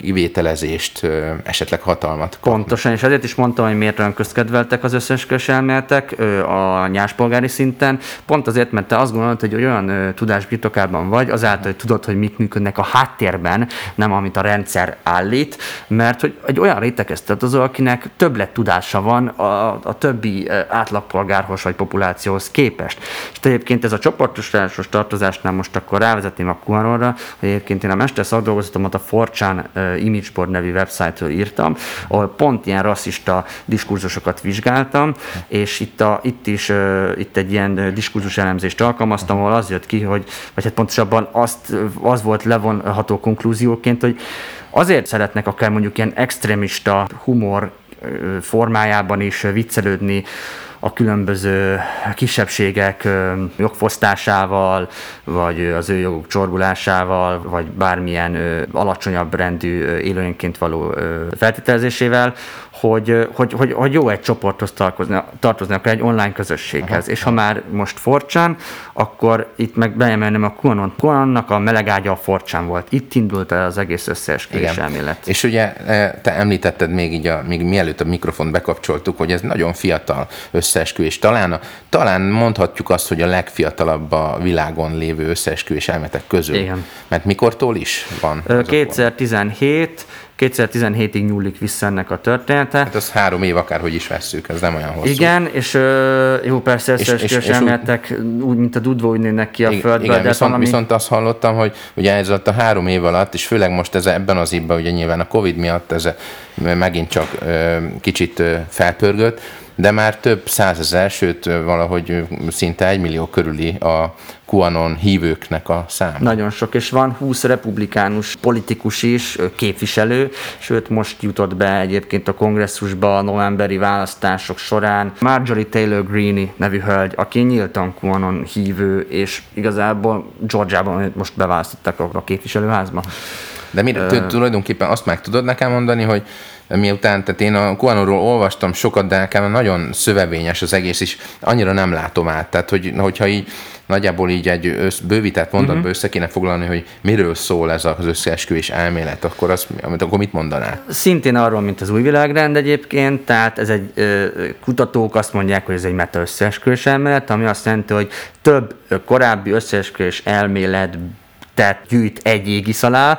kivételezést, esetleg hatalmat kapni. Pontosan, és ezért is mondtam, hogy miért olyan közkedveltek az összeesküvés elméletek a nyáspolgári szinten. Pont azért, mert te azt gondolod, hogy olyan tudás birtokában vagy, azáltal, hogy tudod, hogy mik működnek a háttérben, nem amit a rendszer állít, mert hogy egy olyan réteghez tartozol, akinek többlet tudása van a, a többi átlagpolgárhoz vagy populációhoz képest. És egyébként ez a csoportosulásos tartozásnál most akkor rávezetném a QAnonra, hogy egyébként én a mesterszakdolgozatomat a four chan uh, Imageboard nevű website-ről írtam, ahol pont ilyen rasszista diskurzusokat vizsgáltam, és itt, a, itt is uh, itt egy ilyen diskurzus elemzést alkalmaztam, ahol az jött ki, hogy, vagy hát pontosabban azt, az volt levonható konklúzióként, hogy azért szeretnek akár mondjuk ilyen extrémista humor formájában is viccelődni a különböző kisebbségek jogfosztásával, vagy az ő joguk csorbulásával, vagy bármilyen alacsonyabb rendű élőlényként való feltételezésével, hogy, hogy, hogy, hogy jó egy csoporthoz tartozni, tartozni akár egy online közösséghez. Aha. És ha már most four chan, akkor itt meg beemelnem a QAnon. QAnonnak a melegágya a four chan volt. Itt indult el az egész összeesküvés elmélet. És ugye te említetted még így, a, még mielőtt a mikrofont bekapcsoltuk, hogy ez nagyon fiatal összeesküvés. Talán, talán mondhatjuk azt, hogy a legfiatalabb a világon lévő összeesküvés elméletek közül. Igen. Mert mikortól is van? kétezer-tizenhét kétezer-tizenhétig nyúlik vissza ennek a története. Hát az három év akárhogy is vesszük, ez nem olyan hosszú. Igen, és jó, persze összeesküvés elméletek úgy, mint a dudva úgy néznek ki a igen, földbe. Igen, de viszont, valami... viszont azt hallottam, hogy ugye ez alatt a három év alatt, és főleg most ez, ebben az évben, ugye nyilván a Covid miatt ez megint csak kicsit felpörgött, de már több százezer, sőt valahogy szinte egy millió körüli a QAnon hívőknek a száma. Nagyon sok, és van húsz republikánus politikus is, képviselő, sőt most jutott be egyébként a kongresszusba a novemberi választások során Marjorie Taylor Greene nevű hölgy, aki nyíltan QAnon hívő, és igazából Georgiában most beválasztották a képviselőházba. De mire, uh, tulajdonképpen azt meg tudod nekem mondani, hogy miután, tehát én a QAnonról olvastam sokat, de nekem nagyon szövevényes az egész, és annyira nem látom át. Tehát, hogy, hogyha így nagyjából így egy össz, bővített mondatba uh-huh. össze kéne foglalni, hogy miről szól ez az összeesküvés elmélet, akkor, az, akkor mit mondanál? Szintén arról, mint az új világrend egyébként, tehát ez egy, kutatók azt mondják, hogy ez egy meta összeesküvés elmélet, ami azt jelenti, hogy több korábbi összeesküvés elmélet tehát gyűjt egy égisz alá,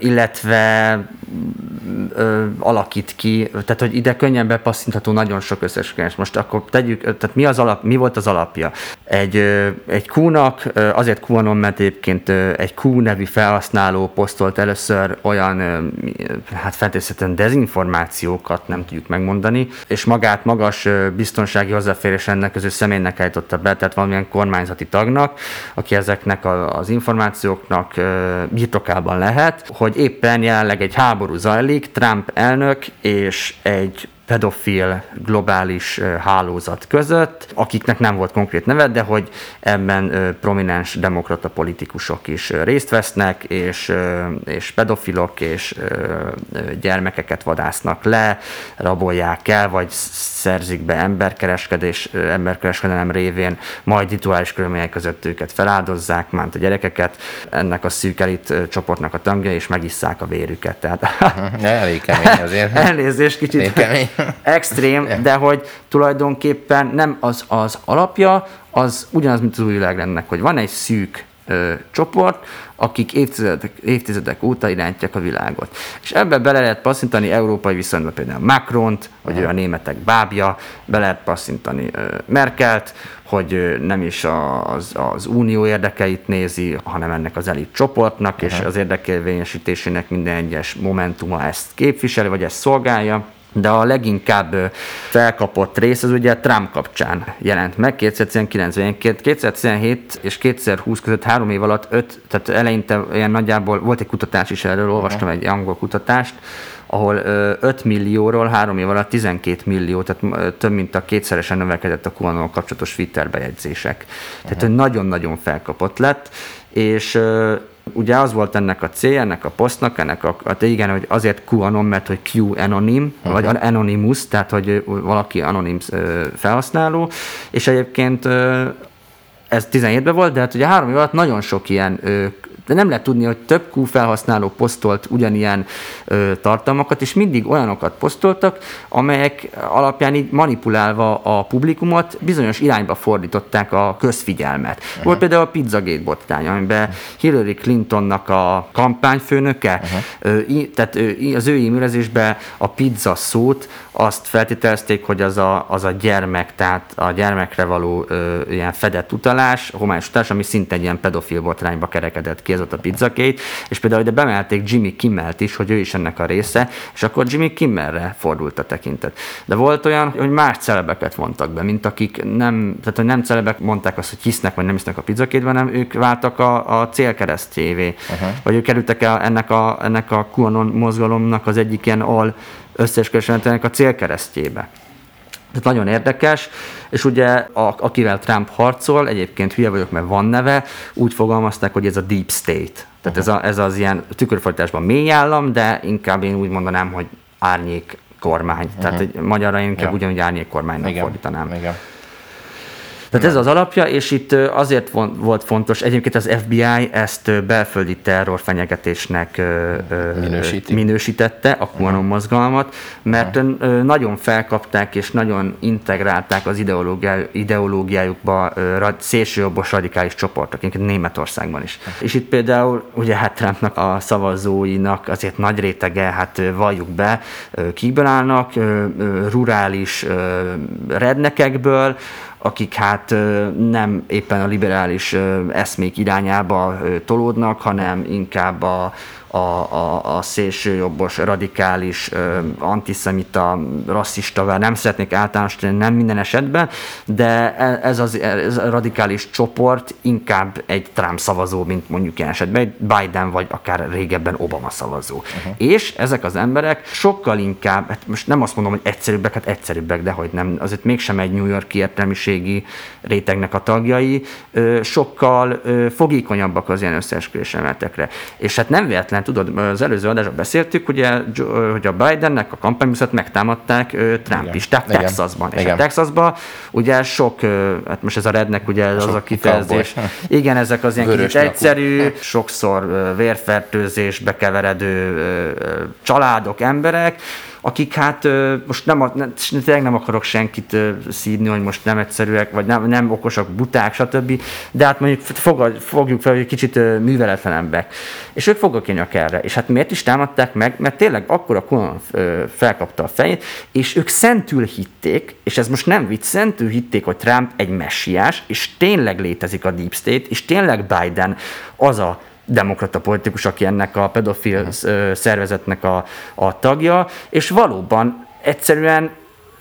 illetve ö, alakít ki, tehát hogy ide könnyen bepasszintható nagyon sok összeesküvés. Most akkor tegyük, tehát mi, az alap, mi volt az alapja? Egy, ö, egy Q-nak, ö, azért QAnon, mert egyébként ö, egy Q nevű felhasználó posztolt először olyan, ö, hát feltétlenül dezinformációkat nem tudjuk megmondani, és magát magas ö, biztonsági hozzáférés rendelkező személynek állította be, tehát valamilyen kormányzati tagnak, aki ezeknek a, az információknak birtokában lehet, hogy éppen jelenleg egy háború zajlik, Trump elnök és egy pedofil globális hálózat között, akiknek nem volt konkrét neve, de hogy ebben prominens demokrata politikusok is részt vesznek, és, és pedofilok és gyermekeket vadásznak le, rabolják el, vagy szerzik be emberkereskedés, emberkereskedelem révén, majd rituális körülmények között őket feláldozzák, mánt a gyerekeket, ennek a szűk elit csoportnak a tagjai, és megisszák a vérüket. Tehát elég kemény azért. Elnézést, kicsit extrém, de hogy tulajdonképpen nem az az alapja, az ugyanaz, mint az új világrendnek, hogy van egy szűk ö, csoport, akik évtizedek, évtizedek óta irányítják a világot. És ebbe bele lehet passzintani európai viszonyban például Macront, hogy ő a németek bábja, be lehet passzintani ö, Merkelt, hogy nem is az, az unió érdekeit nézi, hanem ennek az elit csoportnak, uh-huh. és az érdekérvényesítésének minden egyes momentuma ezt képviseli, vagy ezt szolgálja. De a leginkább felkapott rész az ugye Trump kapcsán jelent meg kétezer-tizenkilencben. kétezer-tizenhét és kétezer-húsz között három év alatt öt, tehát eleinte ilyen nagyjából volt egy kutatás is erről, olvastam egy angol kutatást, ahol öt millióról három év alatt tizenkét millió, tehát több mint a kétszeresen növekedett a QAnon kapcsolatos Twitter bejegyzések. Tehát uh-huh. nagyon-nagyon felkapott lett, és ugye az volt ennek a célja, ennek a posztnak, ennek a, a igen, hogy azért QAnon, mert hogy Q anonim, uh-huh. vagy anonymous, tehát hogy valaki anonim felhasználó, és egyébként ez tizenhétben volt, de hát ugye három év alatt nagyon sok ilyen de nem lehet tudni, hogy több Q felhasználó posztolt ugyanilyen ö, tartalmakat, és mindig olyanokat posztoltak, amelyek alapján így manipulálva a publikumot bizonyos irányba fordították a közfigyelmet. Uh-huh. Volt például a Pizzagate botrány, amiben Hillary Clintonnak a kampányfőnöke, uh-huh. ö, tehát ö, az ő e-mailezésben a pizza szót azt feltételezték, hogy az a, az a gyermek, tehát a gyermekre való ö, ilyen fedett utalás, homályos utalás, ami szinte egy ilyen pedofil botrányba kerekedett ki, ez ott a Pizzagate, és például ide bemelték Jimmy Kimmelt is, hogy ő is ennek a része, és akkor Jimmy Kimmelre fordult a tekintet. De volt olyan, hogy más celebeket vontak be, mint akik nem, tehát hogy nem celebek mondták azt, hogy hisznek vagy nem hisznek a Pizzagate-ben, hanem ők váltak a, a célkeresztjévé, uh-huh. vagy ők kerültek el ennek a, ennek a QAnon mozgalomnak az egyik ilyen al összeesküvésnek a célkeresztjébe. Tehát nagyon érdekes, és ugye a, akivel Trump harcol, egyébként hülye vagyok, mert van neve, úgy fogalmazták, hogy ez a Deep State. Tehát uh-huh. ez, a, ez az ilyen tükörfordításban mély állam, de inkább én úgy mondanám, hogy árnyék kormány. Uh-huh. Tehát egy magyarra én inkább ja. ugyanúgy árnyék kormánynak igen. fordítanám. Igen. Tehát ez az alapja, és itt azért volt fontos, egyébként az F B I ezt belföldi terrorfenyegetésnek Minősíti. minősítette, a QAnon mozgalmat, mert uh-huh. nagyon felkapták és nagyon integrálták az ideológiá, ideológiájukba szélsőjobbos radikális csoportok, Németországban is. Uh-huh. És itt például ugye hát Trumpnak a szavazóinak azért nagy rétege, hát valljuk be, kikből állnak, rurális rednekekből, akik hát nem éppen a liberális eszmék irányába tolódnak, hanem inkább a, a, a, a szélsőjobbos, radikális, antiszemita, rasszista, nem szeretnék általánosítani, nem minden esetben, de ez, az, ez a radikális csoport inkább egy Trump szavazó, mint mondjuk ilyen esetben egy Biden, vagy akár régebben Obama szavazó. Uh-huh. És ezek az emberek sokkal inkább, hát most nem azt mondom, hogy egyszerűbbek, hát egyszerűbbek, de hogy nem, azért mégsem egy New York-i értelmiségi rétegnek a tagjai, sokkal fogékonyabbak az ilyen összeesküvés elméletekre. És hát nem véletlen, tudod, az előző adásban beszéltük, ugye, hogy a Bidennek a kampánybuszat megtámadták trumpisták Texasban. És a Texasban ugye sok, hát most ez a rednek, ugye ez az a kifejezés. Igen, ezek az ilyen kicsit egyszerű, sokszor vérfertőzésbe keveredő családok, emberek, akik hát most nem, nem, tényleg nem akarok senkit szídni, hogy most nem egyszerűek, vagy nem, nem okosak, buták, stb. De hát mondjuk fogad, fogjuk fel, hogy kicsit műveletlenebbek. És ők fogakényak erre. És hát miért is támadták meg? Mert tényleg akkor a QAnon felkapta a fejét, és ők szentül hitték, és ez most nem vicc, szentül hitték, hogy Trump egy messiás, és tényleg létezik a Deep State, és tényleg Biden az a demokrata politikus, aki ennek a pedofil uh-huh. szervezetnek a, a tagja, és valóban egyszerűen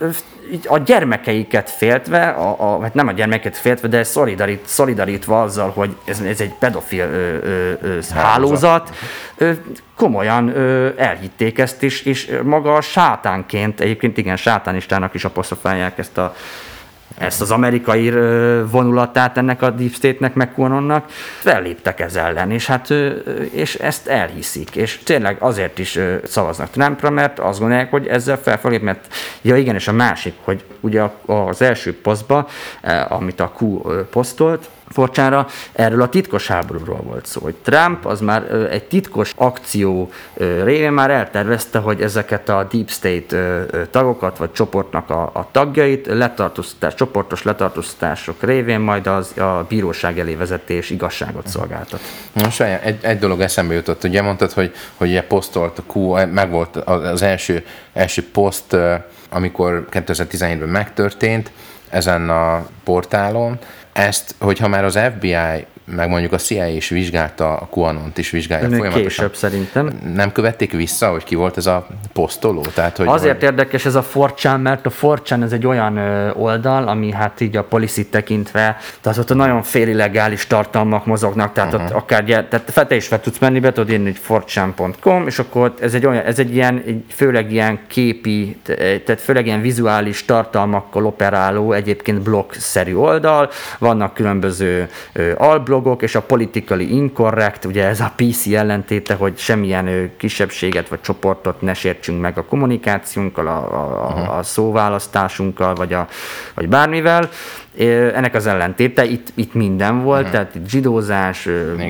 a gyermekeiket féltve, a, a, hát nem a gyermekeket féltve, de szolidarít, szolidarítva azzal, hogy ez, ez egy pedofil ö, ö, ö, hálózat, ö, komolyan ö, elhitték ezt is, és maga a sátánként, egyébként igen, sátánistának is apostrofálják ezt a ezt az amerikai vonulatát ennek a Deep State-nek, meg QAnonnak, felléptek ez ellen, és, hát, és ezt elhiszik, és tényleg azért is szavaznak Trumpra, mert azt gondolják, hogy ezzel fel fog lépni, mert ja igen, és a másik, hogy ugye az első posztban, amit a Q posztolt, Forcsára, erről a titkos háborúról volt szó, hogy Trump az már egy titkos akció révén már eltervezte, hogy ezeket a Deep State tagokat, vagy csoportnak a, a tagjait letartóztatás, csoportos letartóztatások révén majd az, a bíróság elé vezetés igazságot szolgáltat. Most egy, egy dolog eszembe jutott, ugye mondtad, hogy, hogy ugye posztolt a Q, meg volt az első, első poszt, amikor kétezer-tizenhétben megtörtént ezen a portálon. Ezt, hogyha már az F B I, meg mondjuk a C I A is vizsgálta, a QAnont is vizsgálja Önök folyamatosan. Később szerintem. Nem követték vissza, hogy ki volt ez a posztoló? Tehát, hogy Azért hogy... érdekes ez a four chan, mert a four chan ez egy olyan oldal, ami hát így a policy tekintve, tehát ott nagyon félillegális tartalmak mozognak, tehát uh-huh. ott akár, tehát fel te is fel tudsz menni, be tudod írni, hogy four chan pont com, és akkor ez egy olyan, ez egy ilyen, főleg ilyen képi, tehát főleg ilyen vizuális tartalmakkal operáló, egyébként blog-szerű oldal, vannak különböző alblogok, és a politically incorrect, ugye ez a P C ellentéte, hogy semmilyen kisebbséget vagy csoportot ne sértsünk meg a kommunikációnkkal, a, a, a szóválasztásunkkal, vagy, a, vagy bármivel, Ennek az ellentéte, itt, itt minden volt, uh-huh. tehát itt zsidózás,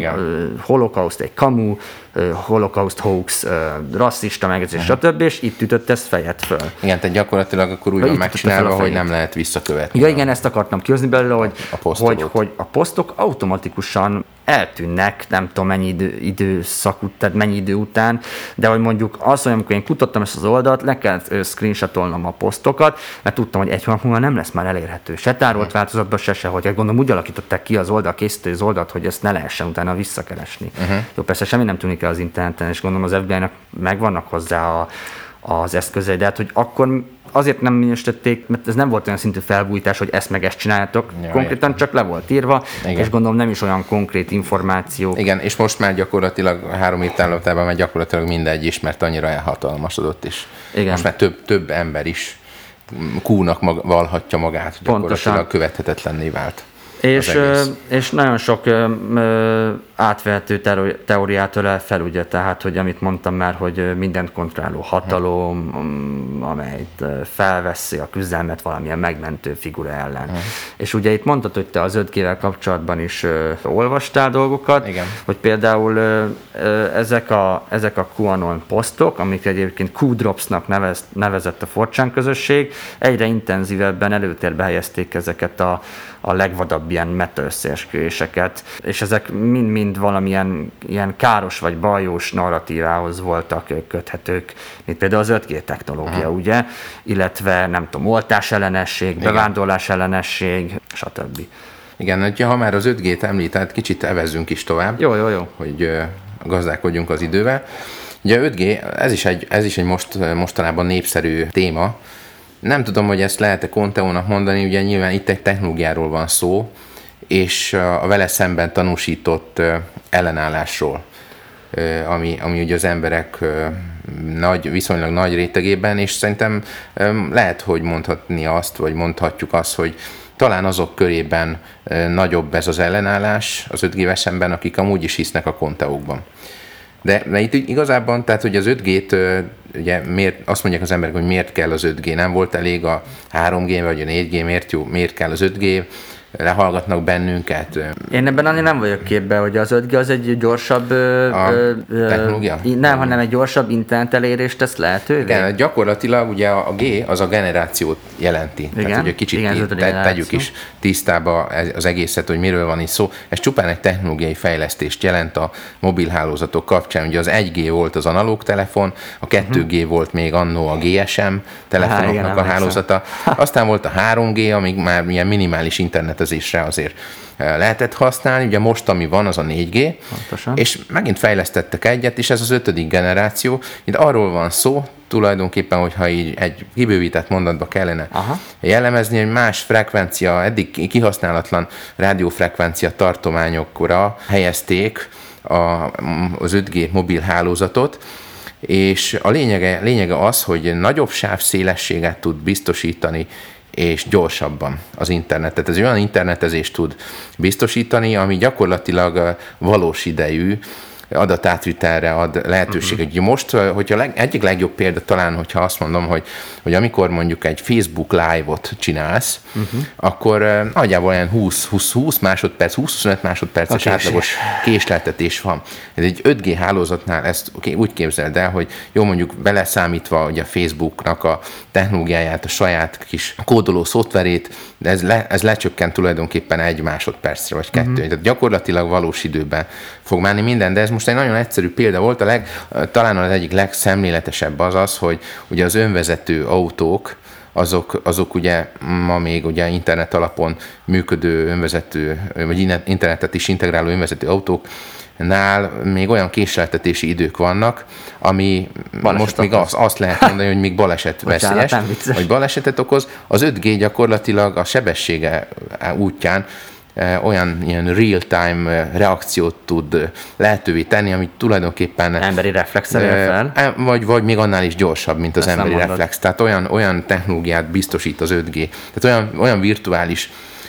holokauszt, egy kamu, holokauszt hoax, rasszista megjegyzés, uh-huh. stb. És itt ütött ez fejet föl. Igen, tehát gyakorlatilag akkor úgy van megcsinálva, hogy nem lehet visszakövetni. Ja, igen, ezt akartam kihozni belőle, hogy a, hogy, hogy a posztok automatikusan eltűnnek, nem tudom mennyi idő, időszak, tehát mennyi idő után, de hogy mondjuk az, hogy amikor én kutattam ezt az oldalt, le kellett screenshotolnom a posztokat, mert tudtam, hogy egy hónap múlva nem lesz már elérhető. Se tárolt változatban, se se, hogy gondolom úgy alakították ki az oldal, készítő az oldalt, hogy ezt ne lehessen utána visszakeresni. Uh-huh. Jó, persze semmi nem tűnik el az interneten, és gondolom az ef bé i-nak megvannak hozzá a, az eszközei, de hát, hogy akkor azért nem minősítették, mert ez nem volt olyan szintű felbújtás, hogy ezt meg ezt csináljátok. Ja, konkrétan értem. Csak le volt írva, igen. És gondolom nem is olyan konkrét információ. Igen, és most már gyakorlatilag három év távlatában már gyakorlatilag mindegy is, mert annyira elhatalmasodott is. Igen. Most már több, több ember is kúnak mag, valhatja magát, gyakorlatilag követhetetlenné vált. És, és nagyon sok ö, átvehető teóriát ölel fel, ugye, tehát, hogy amit mondtam már, hogy mindent kontrolláló hatalom, hmm. amelyet felveszi a küzdelmet valamilyen megmentő figura ellen. Hmm. És ugye itt mondtad, hogy te az öt G-vel kapcsolatban is ö, olvastál dolgokat, igen. Hogy például ö, ö, ezek, a, ezek a QAnon posztok, amik egyébként Q-dropsnak nevez, nevezett a four chan közösség, egyre intenzívebben előtérbe helyezték ezeket a, a legvadabb ilyen meta-összeesküvéseket, és ezek mind-mind valamilyen ilyen káros vagy bajós narratívához voltak köthetők, mint például az öt G technológia, aha. ugye, illetve nem tudom, oltás ellenesség, igen. bevándorlás ellenesség, stb. Igen, ha már az öt G-t említett, kicsit evezzünk is tovább, jó, jó, jó. hogy gazdálkodjunk az idővel. Ugye öt G, ez is egy, ez is egy most, mostanában népszerű téma. Nem tudom, hogy ezt lehet-e Conteónak mondani, ugye nyilván itt egy technológiáról van szó, és a vele szemben tanúsított ellenállásról, ami, ami ugye az emberek nagy, viszonylag nagy rétegében, és szerintem lehet, hogy mondhatni azt, vagy mondhatjuk azt, hogy talán azok körében nagyobb ez az ellenállás az öt G-vel szemben, akik amúgy is hisznek a Conteókban. De, de itt igazából, tehát hogy az öt G-t, ugye miért, azt mondják az emberek, hogy miért kell az öt G, nem volt elég a három G vagy a négy G, miért, jó, miért kell az öt G, lehallgatnak bennünket. Én ebben annyi nem vagyok képben, hogy az öt G az egy gyorsabb a ö, technológia? Nem, hanem egy gyorsabb internet elérést tesz lehetővé. Igen, gyakorlatilag ugye a G az a generációt jelenti. Igen? Tehát, hogy kicsit igen, te, tegyük is tisztába az egészet, hogy miről van itt szó. Ez csupán egy technológiai fejlesztést jelent a mobilhálózatok kapcsán. Ugye az egy G volt az analóg telefon, a kettő G uh-huh. volt még annó a gé es em telefonoknak Há, igen, a hálózata. Aztán volt a három G, amíg már ilyen minimális internet azért lehetett használni. Ugye most, ami van, az a négy G, pontosan. És megint fejlesztettek egyet, és ez az ötödik generáció. Itt arról van szó, tulajdonképpen, hogyha így egy kibővített mondatba kellene aha. jellemezni, hogy más frekvencia, eddig kihasználatlan rádiófrekvencia tartományokra helyezték a, az öt G mobil hálózatot, és a lényege, lényege az, hogy nagyobb sávszélességet tud biztosítani és gyorsabban az internetet. Ez olyan internetezést tud biztosítani, ami gyakorlatilag valós idejű adatátvitelre ad lehetőséget. Uh-huh. Most, hogyha leg, egyik legjobb példa talán, hogyha azt mondom, hogy, hogy amikor mondjuk egy Facebook Live-ot csinálsz, uh-huh. akkor uh, nagyjából olyan húsz másodperc, húsz-huszonöt másodperces okay, átlagos késleltetés van. Ez egy öt G hálózatnál ezt okay, úgy képzeld el, hogy jó, mondjuk beleszámítva ugye a Facebooknak a technológiáját, a saját kis kódoló szoftverét, de ez, le, ez lecsökkent tulajdonképpen egy másodpercre, vagy kettő. Uh-huh. Tehát gyakorlatilag valós időben fog menni minden, de ez most egy nagyon egyszerű példa volt, a leg, talán az egyik legszemléletesebb az az, hogy ugye az önvezető autók, azok, azok ugye ma még ugye internet alapon működő önvezető, vagy internetet is integráló önvezető autóknál még olyan késleltetési idők vannak, ami baleset most még azt, azt lehet mondani, hogy még baleset veszélyes, vagy balesetet okoz. Az öt G gyakorlatilag a sebessége útján olyan ilyen real-time reakciót tud lehetővé tenni, amit tulajdonképpen emberi reflexre fel. Vagy, vagy még annál is gyorsabb, mint az Ezt emberi reflex. Tehát olyan, olyan technológiát biztosít az öt G. Tehát olyan, olyan virtuális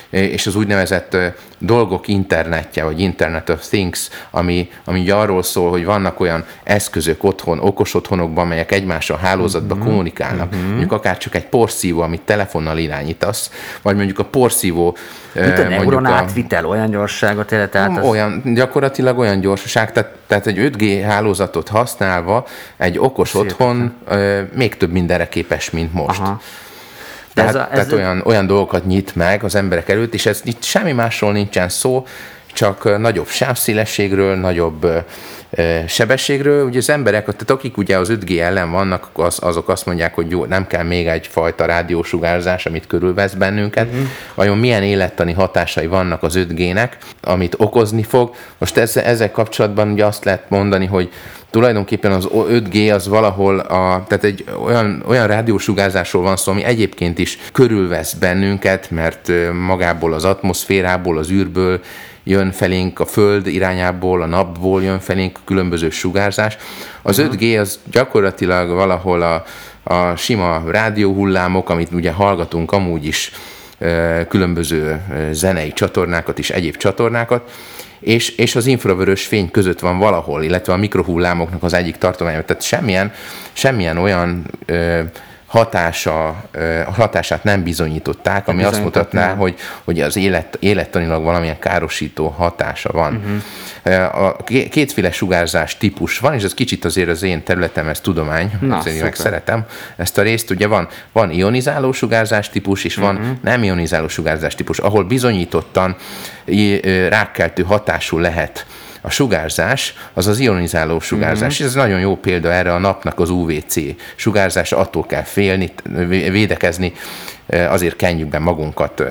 és az úgynevezett dolgok internetje, vagy Internet of Things, ami, ami ugye arról szól, hogy vannak olyan eszközök otthon, okos otthonokban, amelyek egymással hálózatban uh-huh. kommunikálnak. Uh-huh. Mondjuk akár csak egy porszívó, amit telefonnal irányítasz, vagy mondjuk a porszívó... Mint a neuron átvitel, olyan gyorságot élet át? Az... Olyan, gyakorlatilag olyan gyorsaság, tehát, tehát egy öt G hálózatot használva egy okos Szép. otthon ö, még több mindenre képes, mint most. Aha. Tehát, ez a, ez tehát olyan, olyan dolgokat nyit meg az emberek előtt, és ez itt semmi másról nincsen szó, csak nagyobb sávszélességről, nagyobb ö, sebességről. Ugye az emberek, tehát akik ugye az öt G ellen vannak, az, azok azt mondják, hogy jó, nem kell még egyfajta rádiósugárzás, amit körülvesz bennünket. Uh-huh. Vajon milyen élettani hatásai vannak az öt G-nek, amit okozni fog? Most ezzel, ezzel kapcsolatban ugye azt lehet mondani, hogy tulajdonképpen az öt G az valahol, a, tehát egy olyan, olyan rádiósugárzásról van szó, ami egyébként is körülvesz bennünket, mert magából az atmoszférából, az űrből jön felénk, a Föld irányából, a napból jön felénk a különböző sugárzás. Az uh-huh. öt G az gyakorlatilag valahol a, a sima rádióhullámok, amit ugye hallgatunk amúgy is, különböző zenei csatornákat és egyéb csatornákat, és, és az infravörös fény között van valahol, illetve a mikrohullámoknak az egyik tartománya. Tehát semmilyen, semmilyen olyan ö, hatása, ö, hatását nem bizonyították, ami azt mutatná, hogy, hogy az élet, élettanilag valamilyen károsító hatása van. Uh-huh. A kétféle sugárzás típus van, és ez kicsit azért az én területem, ez tudomány, ezért meg szeretem ezt a részt. Ugye van, van ionizáló sugárzás típus, és van uh-huh. nem ionizáló sugárzás típus, ahol bizonyítottan rákkeltő hatású lehet a sugárzás, az az ionizáló sugárzás. Uh-huh. Ez nagyon jó példa erre, a napnak az u vé cé sugárzás, attól kell félni, védekezni, azért kenjük be magunkat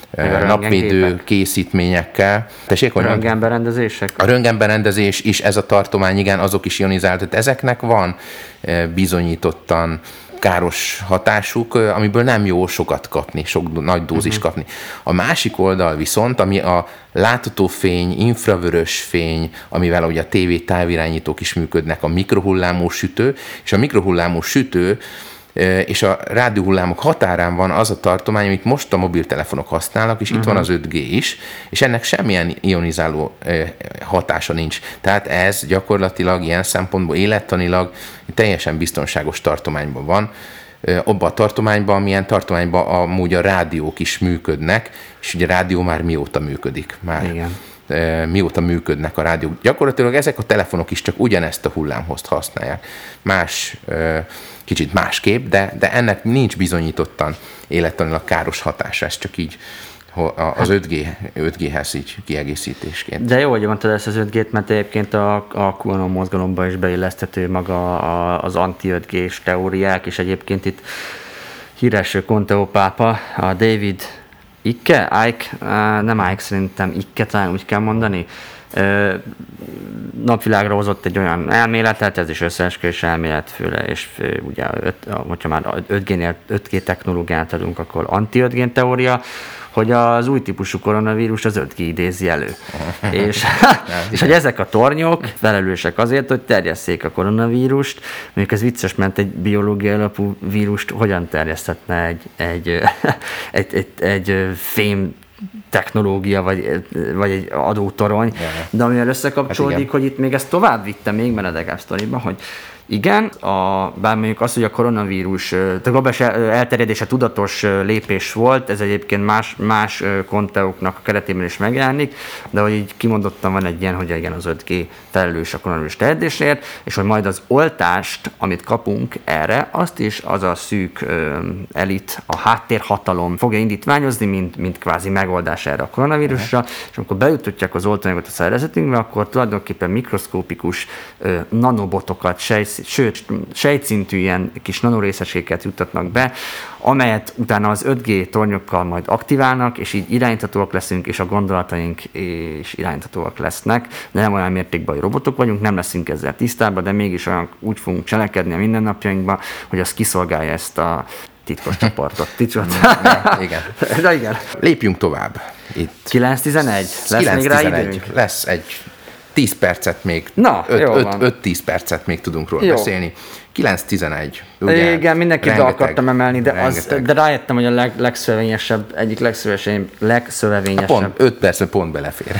napvédő készítményekkel. Tessék, a röntgenberendezések? A röntgenberendezés is, ez a tartomány, igen, azok is ionizált. Tehát ezeknek van bizonyítottan káros hatásuk, amiből nem jó sokat kapni, sok nagy dózis uh-huh. kapni. A másik oldal viszont, ami a látható fény, infravörös fény, amivel ugye a tévé távirányítók is működnek, a mikrohullámú sütő, és a mikrohullámú sütő és a rádióhullámok határán van az a tartomány, amit most a mobiltelefonok használnak, és uh-huh. itt van az öt G is, és ennek semmilyen ionizáló hatása nincs. Tehát ez gyakorlatilag ilyen szempontból élettanilag teljesen biztonságos tartományban van, abban a tartományban, amilyen tartományban amúgy a rádiók is működnek, és ugye a rádió már mióta működik. Már Igen. mióta működnek a rádiók. Gyakorlatilag ezek a telefonok is csak ugyanezt a hullámhozt használják. Más, kicsit másképp, de, de ennek nincs bizonyítottan élettanilag káros hatása, ez csak így az öt G, öt G-hez így kiegészítésként. De jó, hogy mondtad ezt az öt G-t, mert egyébként a, a QAnon mozgalomba is beilleszthető maga az anti-öt G-s teóriák, és egyébként itt híres Conteo pápa, a David Icke, Ike, nem Ike, szerintem Icke, talán úgy kell mondani, napvilágra hozott egy olyan elméletet, ez is összeesküvés elmélet, főle, és fő, ugye, öt, hogyha már öt G technológiát adunk, akkor anti-öt G teória, hogy az új típusú koronavírus az öt G idézi elő. és, és hogy ezek a tornyok felelősek azért, hogy terjesszék a koronavírust, mondjuk ez vicces, mert egy biológiai alapú vírust hogyan terjeszthetne egy, egy, egy, egy, egy fém technológia, vagy, vagy egy adótorony, de amivel összekapcsolódik, hát hogy itt még ezt tovább vitte még menedegebb sztoriba, hogy igen, a, bár mondjuk az, hogy a koronavírus a globális elterjedése tudatos lépés volt, ez egyébként más, más konteóknak a keretében is megjelenik, de hogy így kimondottan van egy ilyen, hogy igen, az öt G felelős a koronavírus terjedésért, és hogy majd az oltást, amit kapunk erre, azt is az a szűk ö, elit, a háttérhatalom fogja indítványozni, mint, mint kvázi megoldás erre a koronavírusra, uh-huh. és amikor bejutatják az oltóanyagot a szervezetünkbe, akkor tulajdonképpen mikroszkópikus ö, nanobotokat, sejsz sőt, sejtszintű ilyen kis nanorészeséket juttatnak be, amelyet utána az öt G tornyokkal majd aktiválnak, és így irányíthatóak leszünk, és a gondolataink is irányíthatóak lesznek, de nem olyan mértékben, hogy robotok vagyunk, nem leszünk ezzel tisztában, de mégis olyan úgy fogunk cselekedni a mindennapjainkban, hogy az kiszolgálja ezt a titkos csoportot. Titkos. Igen. De igen. Lépjünk tovább. Itt. kilenc tizenegy. Lesz még rá időnk? Lesz egy tíz percet még, Na, öt-tíz percet még tudunk róla jó. beszélni. kilenc tizenegy. Ugye? Igen, mindenkit be akartam emelni, de, az, de rájöttem, hogy a leg, legszövevényesebb, egyik legszövevényesebb, legszövevényesebb. Pont, öt percben pont belefér.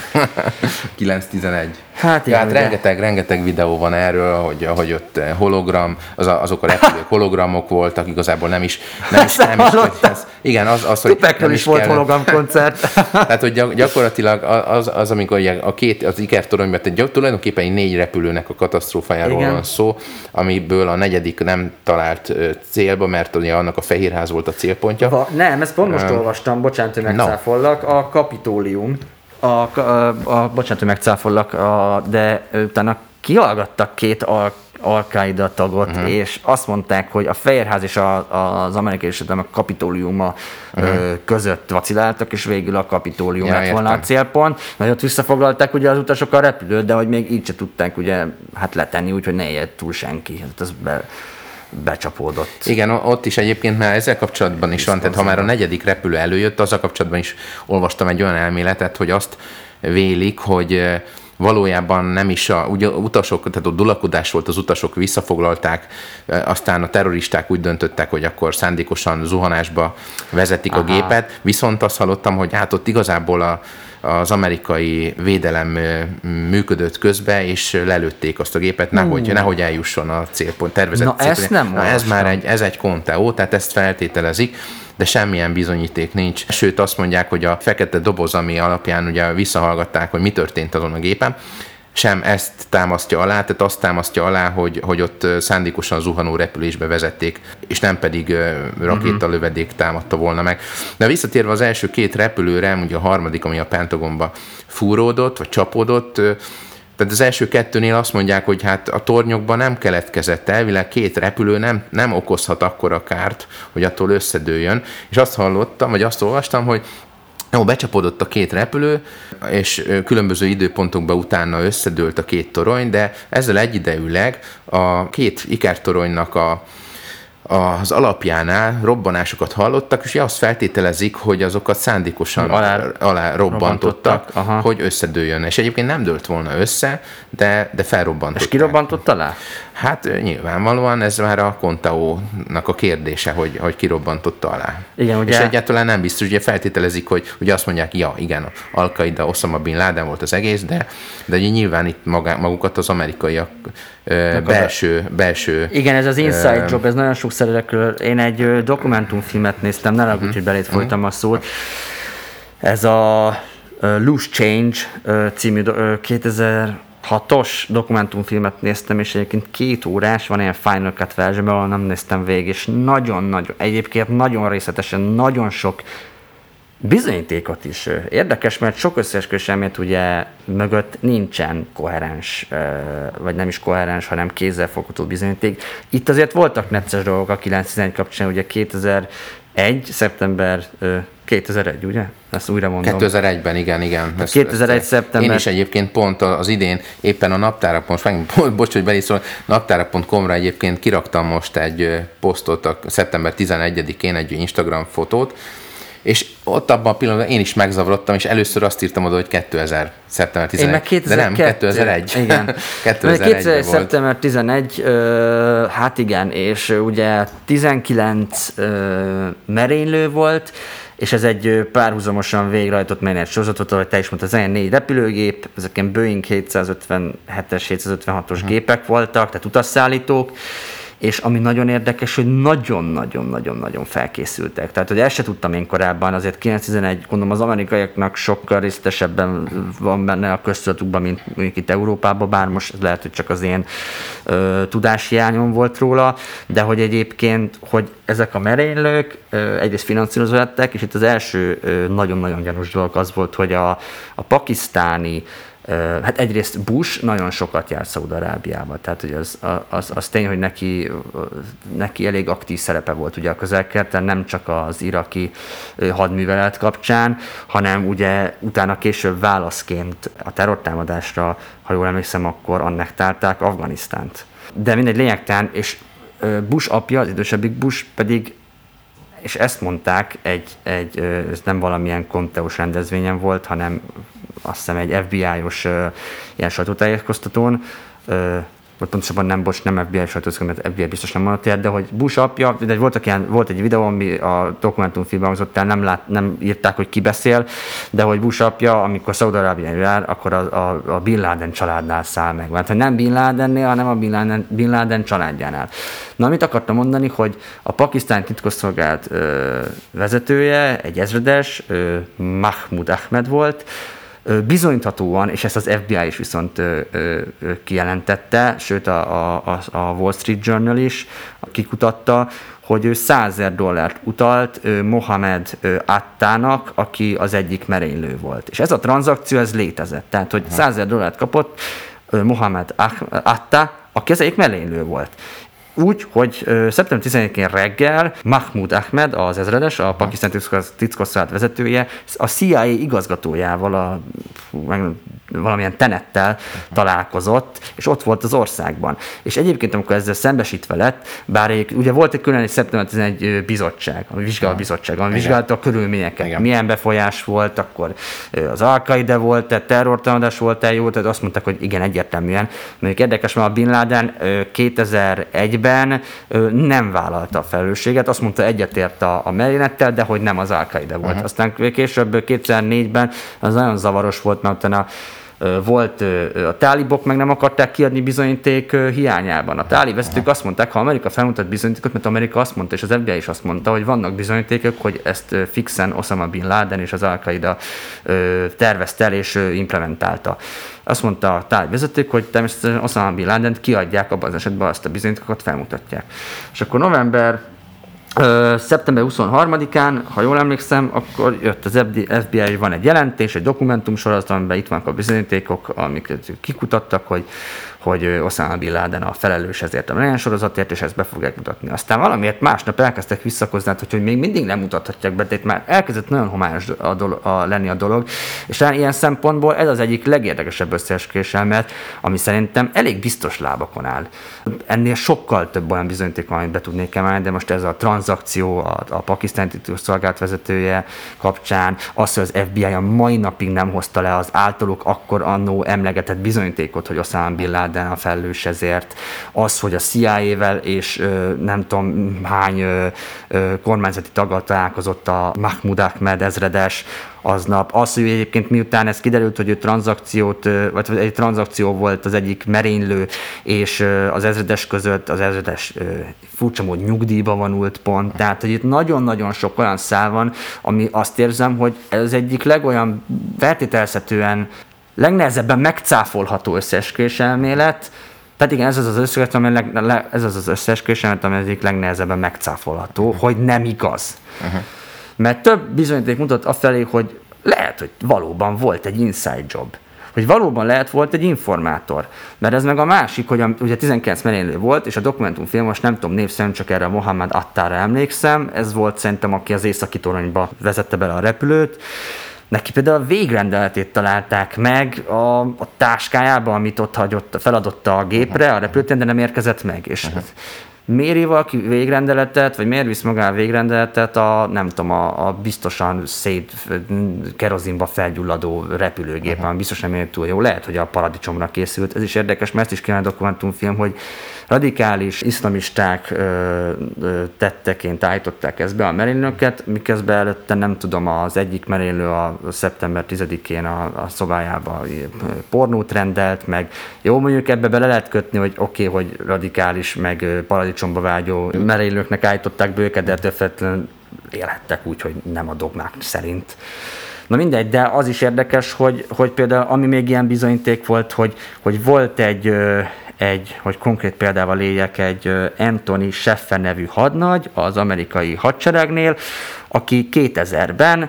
kilenc tizenegy. Hát, igen, hát rengeteg, rengeteg videó van erről, hogy, hogy ott hologram, az a, azok a repülők hologramok voltak, igazából nem is, nem is, nem is, hogy ez, igen, az, az hogy Tupekről is, is volt hologramkoncert. Tehát, hogy gyakorlatilag az, az amikor a két, az ikertoronyban, tehát tulajdonképpen négy repülőnek a katasztrófájáról igen. van szó, amiből a negyedik nem talált célba, mert ugye annak a Fehérház volt a célpontja. Va, nem, ezt pont most um, olvastam, bocsánat, hogy megcáfollak, no. a Kapitólium, a, a, a, bocsánat, hogy megcáfollak, a, de utána kihallgattak két al, Al-Qaida tagot, uh-huh. és azt mondták, hogy a Fehérház és a, a, az amerikai és a Kapitóliuma uh-huh. között vaciláltak, és végül a Kapitólium ja, lett volna a célpont. Mert ott visszafoglalták ugye az utasok a repülőt, de hogy még így se tudták ugye hát letenni, úgyhogy ne ilyet túl senki. Hát az be, becsapódott. Igen, ott is egyébként már ezzel kapcsolatban is van, tehát ha már a negyedik repülő előjött, azzal kapcsolatban is olvastam egy olyan elméletet, hogy azt vélik, hogy valójában nem is a ugye, utasok, tehát ott dulakodás volt, az utasok visszafoglalták, aztán a terroristák úgy döntöttek, hogy akkor szándékosan zuhanásba vezetik Aha. a gépet, viszont azt hallottam, hogy hát ott igazából a az amerikai védelem működött közbe, és lelőtték azt a gépet, nehogy, nehogy eljusson a célpont, tervezett Na, célpont. Ezt nem Na ez már egy, ez egy konteó, tehát ezt feltételezik, de semmilyen bizonyíték nincs. Sőt, azt mondják, hogy a fekete doboz, ami alapján ugye visszahallgatták, hogy mi történt azon a gépen, sem ezt támasztja alá, tehát azt támasztja alá, hogy, hogy ott szándékosan zuhanó repülésbe vezették, és nem pedig rakétalövedék támadta volna meg. De visszatérve az első két repülőre, ugye a harmadik, ami a Pentagonba fúródott, vagy csapódott, tehát az első kettőnél azt mondják, hogy hát a tornyokban nem keletkezett, elvileg két repülő nem, nem okozhat akkora kárt, hogy attól összedőljön, és azt hallottam, vagy azt olvastam, hogy jó, becsapódott a két repülő, és különböző időpontokban utána összedőlt a két torony, de ezzel egyidejűleg a két ikertoronynak a, az alapjánál robbanásokat hallottak, és azt feltételezik, hogy azokat szándékosan alá, alá robbantottak, robbantottak, hogy összedőljön. És egyébként nem dőlt volna össze, de, de felrobbantották. És ki robbantott alá? Hát nyilvánvalóan ez már a Kontaónak a kérdése, hogy, hogy ki robbantotta alá. Igen, ugye? És egyáltalán nem biztos, ugye feltételezik, hogy ugye azt mondják, ja, igen, Al-Qaida, Osama Bin Laden volt az egész, de, de ugye nyilván itt magá, magukat az amerikaiak ö, belső, belső... Igen, ez az inside ö, job, ez nagyon sok szerelekről. Én egy ö, dokumentumfilmet néztem, ne ragudj, hogy belét folytam a szót. Ez a uh, Loose Change uh, című uh, kétezer-hatos dokumentumfilmet néztem, és egyébként két órás, van ilyen Final Cut version, ahol nem néztem végig, és nagyon-nagyon, egyébként nagyon részletesen, nagyon sok bizonyítékot is. Érdekes, mert sok összeesküvés elmélet ugye mögött nincsen koherens, vagy nem is koherens, hanem kézzelfogható bizonyíték. Itt azért voltak necces dolgok a kilenc tizenegy kapcsán, ugye kétezer-egy. szeptember kétezer-egy, ugye? Ezt újra mondom. kétezer-egyben, igen, igen. Ezt, kétezer-egy. ezt, szeptember. Én is egyébként pont az idén éppen a naptára, most megint, bocs, hogy beliszol, naptára pont com-ra egyébként kiraktam most egy posztot, a szeptember tizenegyedikén egy Instagram fotót, és ott abban a pillanatban én is megzavarodtam, és először azt írtam oda, hogy kétezer. szeptember tizenegy. De nem, kétezer-egy. Igen. kétezer-egy. szeptember tizenegy, uh, hát igen, és ugye tizenkilenc uh, merénylő volt, és ez egy párhuzamosan végrehajtott merénylet sorozatot, ahogy te is mondtad, ez négy repülőgép, ezek ilyen Boeing hétszázötvenhetes, hétszázötvenhatos uh-huh. gépek voltak, tehát utasszállítók, és ami nagyon érdekes, hogy nagyon-nagyon-nagyon-nagyon felkészültek. Tehát, hogy ezt se tudtam én korábban, azért kilenc tizenegy, gondolom az amerikaiaknak sokkal részletesebben van benne a köztudatukban, mint mondjuk itt Európában, bár most lehet, hogy csak az én ö, tudáshiányom volt róla, de hogy egyébként, hogy ezek a merénylők ö, egyrészt finanszírozva lettek, és itt az első ö, nagyon-nagyon gyanús dolog az volt, hogy a, a pakisztáni hát egyrészt Bush nagyon sokat jár Szaúd-Arábiába, tehát hogy az, az, az tény, hogy neki, neki elég aktív szerepe volt ugye a Közel-Keleten, nem csak az iraki hadművelet kapcsán, hanem ugye utána később válaszként a terrortámadásra, ha jól emlékszem, akkor annektálták Afganisztánt. De mindegy lényegtelen, és Bush apja, az idősebbik Bush pedig, és ezt mondták, egy, egy, ez nem valamilyen konteós rendezvényen volt, hanem azt hiszem egy ef bé i-os uh, ilyen sajtótájékoztatón, uh, vagy pontosabban nem, bocs, nem ef bé i sajtószóvá, mert ef bé i biztos nem mondott ilyet, de hogy Bush apja, de voltak ilyen, volt egy videó, ami a dokumentumfilmben hangzott el, nem, lát, nem írták, hogy ki beszél, de hogy Bush apja, amikor Szaúd-Arábiára jár, akkor a, a, a Bin Laden családnál száll meg. Mert hogy nem Bin Ladennél, hanem a Bin Laden, Bin Laden családjánál. Na, amit akartam mondani, hogy a pakisztáni titkosszolgálat ö, vezetője, egy ezredes, ö, Mahmoud Ahmed volt, bizonyíthatóan, és ezt az ef bé i is viszont ö, ö, kijelentette, sőt a, a, a Wall Street Journal is kikutatta, hogy ő százezer dollárt utalt ö, Mohamed ö, Attának, aki az egyik merénylő volt. És ez a tranzakció, ez létezett. Tehát, hogy százezer dollárt kapott ö, Mohamed Atta, aki az egyik merénylő volt. Úgy, hogy ö, szeptember tizenegyedikén reggel Mahmoud Ahmed, az ezredes, a pakisztáni titkosszolgálat vezetője, a cé i á igazgatójával, a, valamilyen tenettel találkozott, és ott volt az országban. És egyébként, amikor ezzel szembesítve lett, bár egy, ugye volt egy külön egy szeptember tizenegyediki bizottság, ami vizsgáló bizottság, ami vizsgálta a körülményeket, igen. Milyen befolyás volt, akkor az Al-Qaida volt, tehát terrortámadás volt-e jó, tehát azt mondták, hogy igen, egyértelműen. Mondjuk érdekes, mert a Bin Laden kétezer-egyben nem vállalta a felelősséget, azt mondta, egyetért a, a merénylettel, de hogy nem az Al-Qaida volt. Uh-huh. Aztán később kétezer-négyben az nagyon zavaros volt, mert utána volt, a tálibok meg nem akarták kiadni bizonyíték hiányában. A tálib vezetők azt mondták, ha Amerika felmutat bizonyítékot, mert Amerika azt mondta, és az ef bé i is azt mondta, hogy vannak bizonyítékok, hogy ezt fixen Osama Bin Laden és az Al-Qaida tervezte el és implementálta. Azt mondta a tálib vezetők, hogy természetesen Osama Bin Ladent kiadják, abban az esetben azt a bizonyítékokat felmutatják. És akkor november Ö, szeptember huszonharmadikán, ha jól emlékszem, akkor jött az ef bé i, van egy jelentés, egy dokumentumsorozat, amiben itt vannak a bizonyítékok, amiket kikutattak, hogy, hogy Osama Bin Laden a felelős ezért a merénylet sorozatért, és ezt be fogják mutatni. Aztán valamiért másnap elkezdtek visszakozni, hogy, hogy még mindig nem mutathatják be, tehát már elkezdett nagyon homályos a dolog, a, lenni a dolog, és talán ilyen szempontból ez az egyik legérdekesebb összeesküvés elmélet, ami szerintem elég biztos lábakon áll. Ennél sokkal több olyan bizonyíték van, amit be tudnék emelni, de most ez a tranzakció, a, a pakisztáni titkosszolgálat vezetője kapcsán, az, hogy az ef bé i a mai napig nem hozta le az általuk akkor annó emlegetett bizonyítékot, hogy Osama Bin Laden a felelős ezért, az, hogy a cé i á-vel és ö, nem tudom hány ö, ö, kormányzati taggal találkozott a Mahmoud Ahmed ezredes aznap, az, hogy egyébként miután ez kiderült, hogy ő tranzakciót, vagy egy tranzakció volt az egyik merénylő és az ezredes között, az ezredes furcsa mód nyugdíjba vonult pont, tehát hogy itt nagyon-nagyon sok olyan szál van, ami azt érzem, hogy ez egyik legolyan feltételezhetően legnehezebben megcáfolható összeesküvés elmélet, tehát igen, ez az az összeesküvés, ami, leg, ez az az összeesküvés elmélet, ami egyik legnehezebben megcáfolható, uh-huh. hogy nem igaz. Uh-huh. Mert több bizonyíték mutat afelé, hogy lehet, hogy valóban volt egy inside job. Hogy valóban lehet volt egy informátor. Mert ez meg a másik, hogy a, ugye tizenkilenc merénylő volt, és a dokumentumfilm, most nem tudom név szerint, csak erre a Mohamed Attára emlékszem, ez volt szerintem, aki az északi toronyba vezette bele a repülőt. Neki például a végrendeletét találták meg a, a táskájába, amit ott hagyott, feladotta a gépre, a repülőtéren, de nem érkezett meg. És uh-huh. miért ír valaki végrendeletet, vagy miért visz magá a végrendeletet a, nem tudom, a, a biztosan szét kerozinba felgyulladó repülőgépen, uh-huh. biztos nem ér túl jó. Lehet, hogy a paradicsomra készült. Ez is érdekes, mert ezt is kéne a dokumentumfilm, hogy radikális iszlamisták ö, ö, tetteként állították ezt be a merénylőket, miközben előtte nem tudom, az egyik merénylő a szeptember tizedikén a, a szobájába pornót rendelt, meg jó, mondjuk ebbe bele lehet kötni, hogy oké, okay, hogy radikális, meg paradicsomba vágyó merénylőknek állították be őket, de ettől élhettek úgy, hogy nem a dogmák szerint. Na mindegy, de az is érdekes, hogy, hogy például ami még ilyen bizonyíték volt, hogy, hogy volt egy egy, hogy konkrét példával éljek, egy Anthony Sheffer nevű hadnagy az amerikai hadseregnél, aki kétezerben,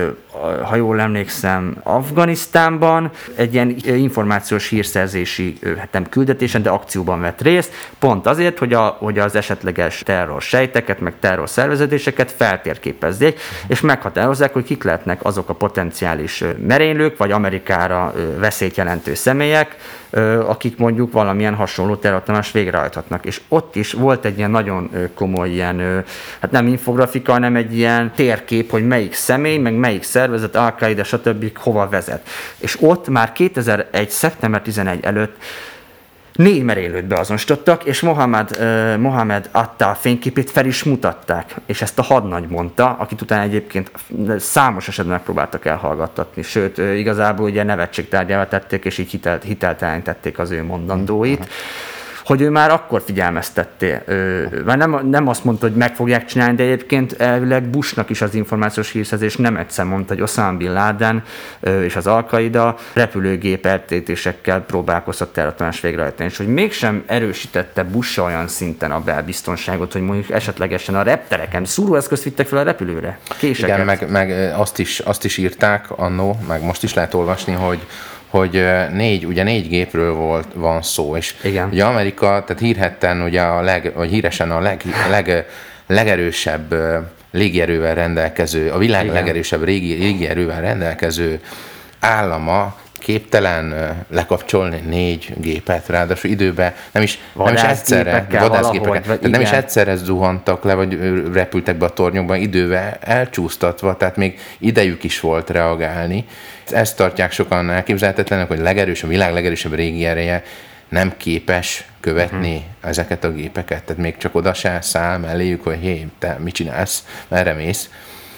ha jól emlékszem, Afganisztánban egy ilyen információs hírszerzési, hát nem küldetésen, de akcióban vett részt, pont azért, hogy, a, hogy az esetleges terrorsejteket, meg terrorszervezetéseket feltérképezzék, és meghatározzák, hogy kik lehetnek azok a potenciális merénylők, vagy Amerikára veszélyt jelentő személyek, akik mondjuk valamilyen hasonló terrortámadást végrehajthatnak. És ott is volt egy ilyen nagyon komoly ilyen, hát nem infografika, hanem egy ilyen térkép, hogy melyik személy, meg melyik szervezet, Al-Qaida, stb. Hova vezet. És ott már kétezer-egy. szeptember tizenegy előtt négy merénylőt beazonosítottak, és Mohamed, uh, Mohamed Atta fényképét fel is mutatták, és ezt a hadnagy mondta, akit utána egyébként számos esetben megpróbáltak elhallgattatni, sőt, uh, igazából ugye nevetségtárgyává tették, és így hitelt, hiteltelenítették az ő mondandóit. Uh-huh. Hogy ő már akkor figyelmeztetté. Már nem, nem azt mondta, hogy meg fogják csinálni, de egyébként elvileg Bushnak is az információs hírszerzés nem egyszer mondta, hogy Osama Bin Laden és az Al-Qaida repülőgép eltétésekkel próbálkozott terrortámadást végrehajtani, és hogy mégsem erősítette Bush olyan szinten a belbiztonságot, hogy mondjuk esetlegesen a reptereken szúróeszközt vittek fel a repülőre. Késeket. Igen, meg, meg azt, is, azt is írták annó, meg most is lehet olvasni, hogy hogy négy, ugye négy gépről volt, van szó, és igen. Ugye Amerika, tehát hírhetten, ugye a leg, vagy híresen a leg, leg, legerősebb légierővel rendelkező, a világ igen. legerősebb régi, légierővel rendelkező állama képtelen lekapcsolni négy gépet, ráadásul időben nem is, nem is egyszerre, vadászgépeket, tehát nem is egyszerre zuhantak le, vagy repültek be a tornyokban, idővel elcsúsztatva, tehát még idejük is volt reagálni. Ezt tartják sokan elképzelhetetlenek, hogy legerős, a világ legerősebb régi ereje nem képes követni uh-huh. ezeket a gépeket, tehát még csak oda se száll melléjük, hogy hé, te mit csinálsz, merre mész.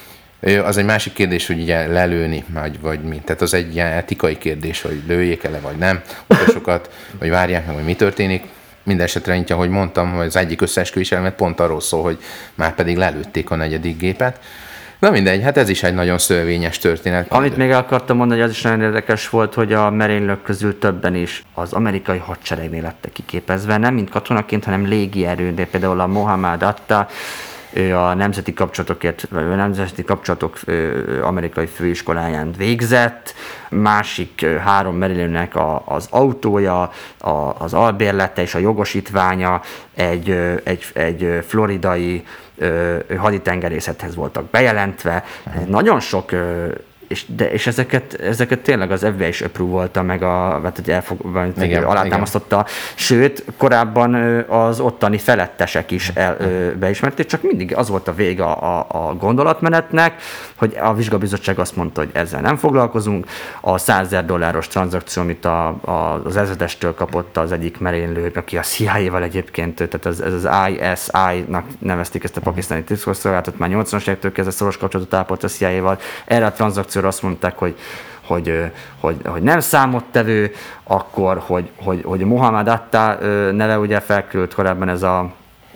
Az egy másik kérdés, hogy ugye lelőni, vagy, vagy mint. Tehát az egy ilyen etikai kérdés, hogy lőjék el vagy nem, utasokat, vagy várják meg, hogy mi történik. Mindenesetre, így, ahogy mondtam, hogy az egyik összeesküvés elmélet pont arról szól, hogy már pedig lelőtték a negyedik gépet. Na mindegy, hát ez is egy nagyon szövevényes történet. Amit még el akartam mondani, hogy az is nagyon érdekes volt, hogy a merénylők közül többen is az amerikai hadseregnél lettek kiképezve, nem mint katonaként, hanem légierőnél, például a Mohamed Atta, ő a nemzeti kapcsolatokért, vagy a nemzeti kapcsolatok amerikai főiskoláján végzett, másik három merénylőnek a, az autója, a, az albérlete és a jogosítványa egy, egy, egy floridai haditengerészethez voltak bejelentve. Nagyon sok És, de, és ezeket, ezeket tényleg az ef bé i is approvalta, meg a, hát, hogy elfog, igen, alátámasztotta. Igen. Sőt, korábban az ottani felettesek is el, beismerték, csak mindig az volt a vége a, a gondolatmenetnek, hogy a vizsgabizottság azt mondta, hogy ezzel nem foglalkozunk. A százezer dolláros tranzakció, amit a, a, az ezredestől kapott az egyik merénylő, aki a cé i á-val egyébként, tehát ez, ez az i es i-nak nevezték ezt a pakisztáni titkosszolgálatot, már nyolcvanas évektől kezdve szoros kapcsolatot ápolt a cé i á-val. Erre a tranzakció azt mondták, hogy, hogy, hogy, hogy nem számottevő, akkor, hogy, hogy, hogy Mohamed Atta neve ugye felkerült korábban ez a,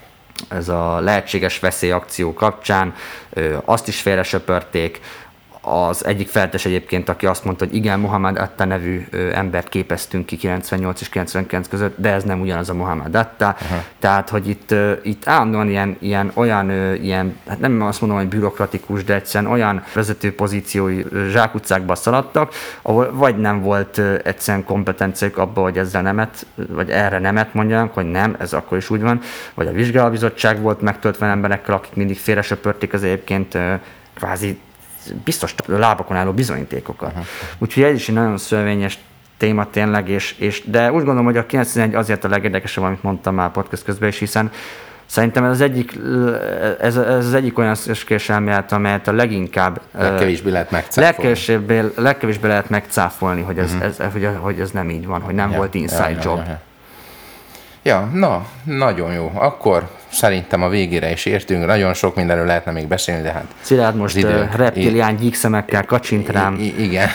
ez a lehetséges veszélyakció kapcsán, azt is félre söpörték. Az egyik feltes egyébként, aki azt mondta, hogy igen, Mohamed Atta nevű embert képeztünk ki kilencvennyolc és kilencvenkilenc között, de ez nem ugyanaz a Mohamed Atta. Uh-huh. Tehát, hogy itt, itt állandóan ilyen, ilyen, olyan, ilyen, hát nem azt mondom, hogy bürokratikus, de egyszerűen olyan vezető pozíciói zsákutcákba szaladtak, ahol vagy nem volt egyszerűen kompetenciák abban, hogy ezzel nemet, vagy erre nemet mondjanak, hogy nem, ez akkor is úgy van, vagy a vizsgálóbizottság volt megtöltve emberekkel, akik mindig félresöpörték az egyébként kvázi biztos lábakon álló bizonyítékokat. Uh-huh. Úgyhogy ez is egy nagyon szövevényes téma tényleg, és, és, de úgy gondolom, hogy a kilencvenegy azért a legérdekesebb, amit mondtam már podcast közben is, hiszen szerintem ez az egyik, ez, ez az egyik olyan szöskéselmélet, amelyet a leginkább legkevésbé lehet megcáfolni. Legkevésbé, legkevésbé lehet megcáfolni, hogy ez, uh-huh. ez, hogy, hogy ez nem így van, hogy nem ja, volt inside ja, job. Ja, ja. Ja, na, nagyon jó. Akkor szerintem a végére is értünk. Nagyon sok mindenről lehetne még beszélni, de hát... Szilárd most idő, reptilián gyíkszemekkel kacsint rám. I- igen.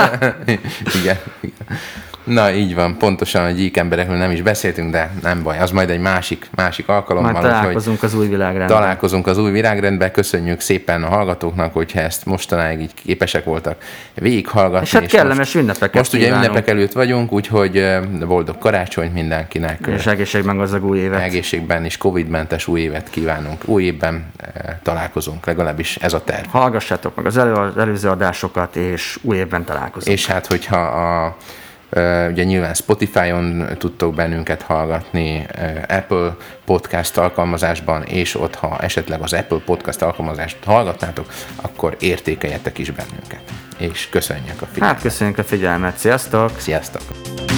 igen. igen. Na, így van. Pontosan a gyík emberekről nem is beszéltünk, de nem baj. Az majd egy másik, másik alkalommal. Majd találkozunk az új világrendben. Találkozunk az új világrendben. Köszönjük szépen a hallgatóknak, hogyha ezt mostanáig így képesek voltak végighallgatni. És hát kellemes ünnepeket Most ugye ünnepek előtt vagyunk, úgyhogy boldog karácsonyt mindenkinek. És egészségben gazdag új évet. Egészségben és Covid-mentes új évet kívánunk. Új évben találkozunk, legalábbis ez a terv. Hallgassátok meg az, elő, az előző adásokat, és új évben találkozunk. És hát, hogyha a Uh, ugye nyilván Spotify-on tudtok bennünket hallgatni, uh, Apple Podcast alkalmazásban, és ott, ha esetleg az Apple Podcast alkalmazást hallgatnátok, akkor értékeljetek is bennünket. És köszönjük a figyelmet. Hát köszönjük a figyelmet. Sziasztok! Sziasztok!